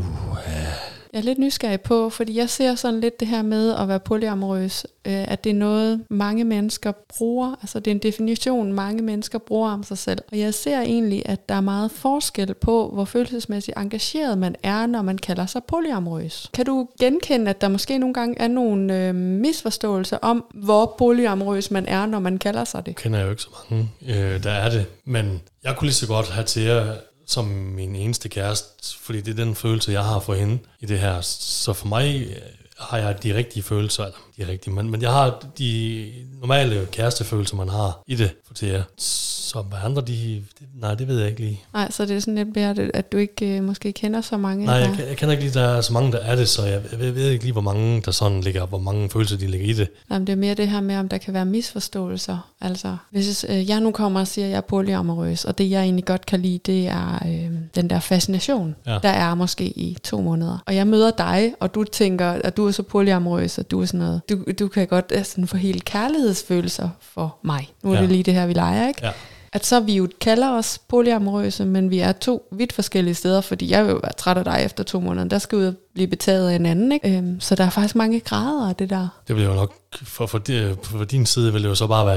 Jeg er lidt nysgerrig på, fordi jeg ser sådan lidt det her med at være polyamorøs, at det er noget, mange mennesker bruger, altså det er en definition, mange mennesker bruger om sig selv. Og jeg ser egentlig, at der er meget forskel på, hvor følelsesmæssigt engageret man er, når man kalder sig polyamorøs. Kan du genkende, at der måske nogle gange er nogle misforståelser om, hvor polyamorøs man er, når man kalder sig det? Kender jeg jo ikke så mange, der er det, men jeg kunne lige så godt have til jer som min eneste kæreste, fordi det er den følelse, jeg har for hende i det her. Så for mig har jeg de rigtige følelser, eller de rigtige, men jeg har de normale kærestefølelser, man har i det for Thea. Så hvad andre, nej, det ved jeg ikke lige. Nej, så det er sådan lidt mere, at du ikke måske kender så mange. Nej, jeg kender ikke lige, der er så mange, der er det, så jeg ved ikke lige, hvor mange der sådan ligger, hvor mange følelser de ligger i det. Jamen, det er mere det her med, om der kan være misforståelser. Altså, hvis jeg nu kommer og siger, at jeg er polyamorøs, og det jeg egentlig godt kan lide, det er den der fascination, der er måske i 2 måneder. Og jeg møder dig, og du tænker, at du er så polyamorøs, og du er sådan noget. Du kan godt sådan få helt kærlighedsfølelser for mig. Nu er det lige det her, vi leger, ikke? Ja. At så vi jo kalder os polyamorøse, men vi er 2 vidt forskellige steder, fordi jeg vil jo være træt af dig efter 2 måneder. Der skal ud og blive betaget af en anden, ikke? Så der er faktisk mange grader af det der. Det vil jo nok, for din side vil det jo så bare være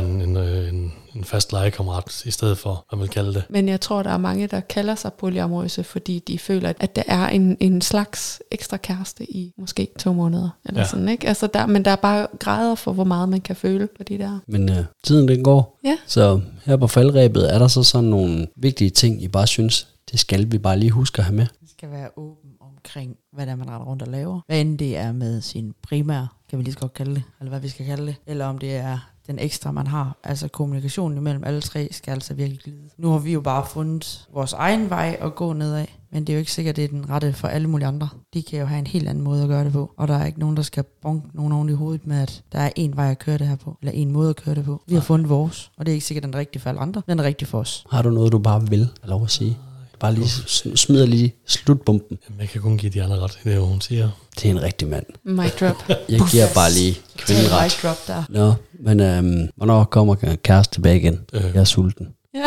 en fast legekammerat, i stedet for, hvad man vil kalde det. Men jeg tror, der er mange, der kalder sig polyamorøse, fordi de føler, at der er en slags ekstra kæreste i måske 2 måneder, eller sådan, ikke? Altså men der er bare grader for, hvor meget man kan føle på de der. Men tiden den går, så her på faldrebet er der så sådan nogle vigtige ting, I bare synes, det skal vi bare lige huske at have med. Det skal være åben omkring, hvad der man render rundt og laver. Hvad end det er med sin primære, kan vi lige så godt kalde det, eller hvad vi skal kalde det, eller om det er den ekstra, man har. Altså kommunikationen imellem alle 3 skal altså virkelig glide. Nu har vi jo bare fundet vores egen vej at gå nedad, men det er jo ikke sikkert, det er den rette for alle mulige andre. De kan jo have en helt anden måde at gøre det på, og der er ikke nogen, der skal bonke nogen oven i hovedet med, at der er en vej at køre det her på, eller en måde at køre det på. Vi har fundet vores, og det er ikke sikkert den rigtige for alle andre, men den er rigtig for os. Har du noget, du bare vil have lov at sige? Bare lige smider lige slutbomben. Jamen, jeg kan kun give de andre ret i det, hun siger. Det er en rigtig mand. Mic drop. Jeg giver bare lige kvinden ret. Mic drop der. Nå, men hvornår kommer kæreste tilbage igen? Jeg er sulten. Ja.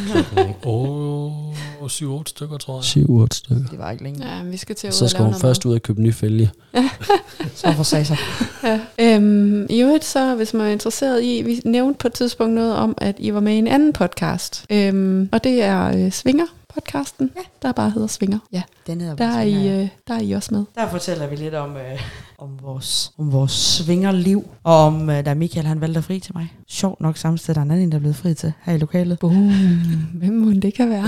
7-8 stykker, tror jeg. 7-8 stykker. Det var ikke længe. Ja, vi skal til at Så skal hun først ud og købe nye fælge. Så for sig så. Ja. I øvrigt så, hvis man er interesseret i, vi nævnte på et tidspunkt noget om, at I var med i en anden podcast. Og det er Svinger podcasten, der bare hedder Svinger. Ja, Den hedder der er I også med. Der fortæller vi lidt om vores svingerliv, og om da Michael han valgte fri til mig. Sjovt nok samme sted, der er en anden, der er blevet fri til her i lokalet. Hvem må det kan være?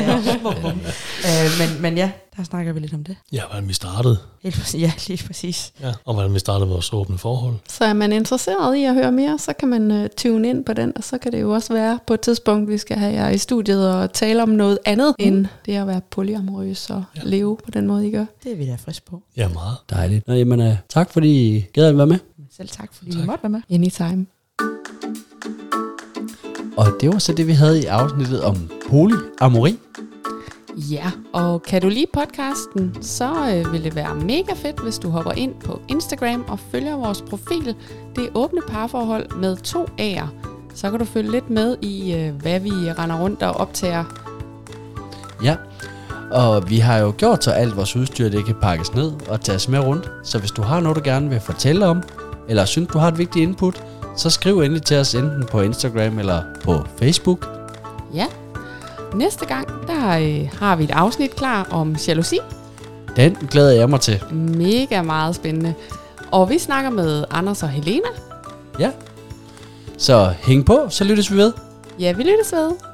Men ja, der snakker vi lidt om det. Ja, hvordan vi startede. Ja, lige præcis. Ja, og hvordan vi startede vores åbne forhold. Så er man interesseret i at høre mere, så kan man tune ind på den, og så kan det jo også være på et tidspunkt, vi skal have jer i studiet og tale om noget andet, end det at være polyamorøs og leve på den måde, I gør. Det er vi da frisk på. Ja, meget. Dejligt. Nå, jamen, tak fordi I gad at være med. Selv tak, fordi I måtte være med. Anytime. Og det var så det, vi havde i afsnittet om polyamori. Ja, og kan du lide podcasten, så vil det være mega fedt, hvis du hopper ind på Instagram og følger vores profil. Det er åbne parforhold med 2 A'er. Så kan du følge lidt med i, hvad vi render rundt og optager. Ja, og vi har jo gjort så alt vores udstyr, det kan pakkes ned og tages med rundt. Så hvis du har noget, du gerne vil fortælle om, eller synes, du har et vigtigt input, så skriv endelig til os enten på Instagram eller på Facebook. Ja, næste gang, der har vi et afsnit klar om jalousi. Den glæder jeg mig til. Mega meget spændende. Og vi snakker med Anders og Helena. Ja, så hæng på, så lyttes vi ved. Ja, vi lyttes ved.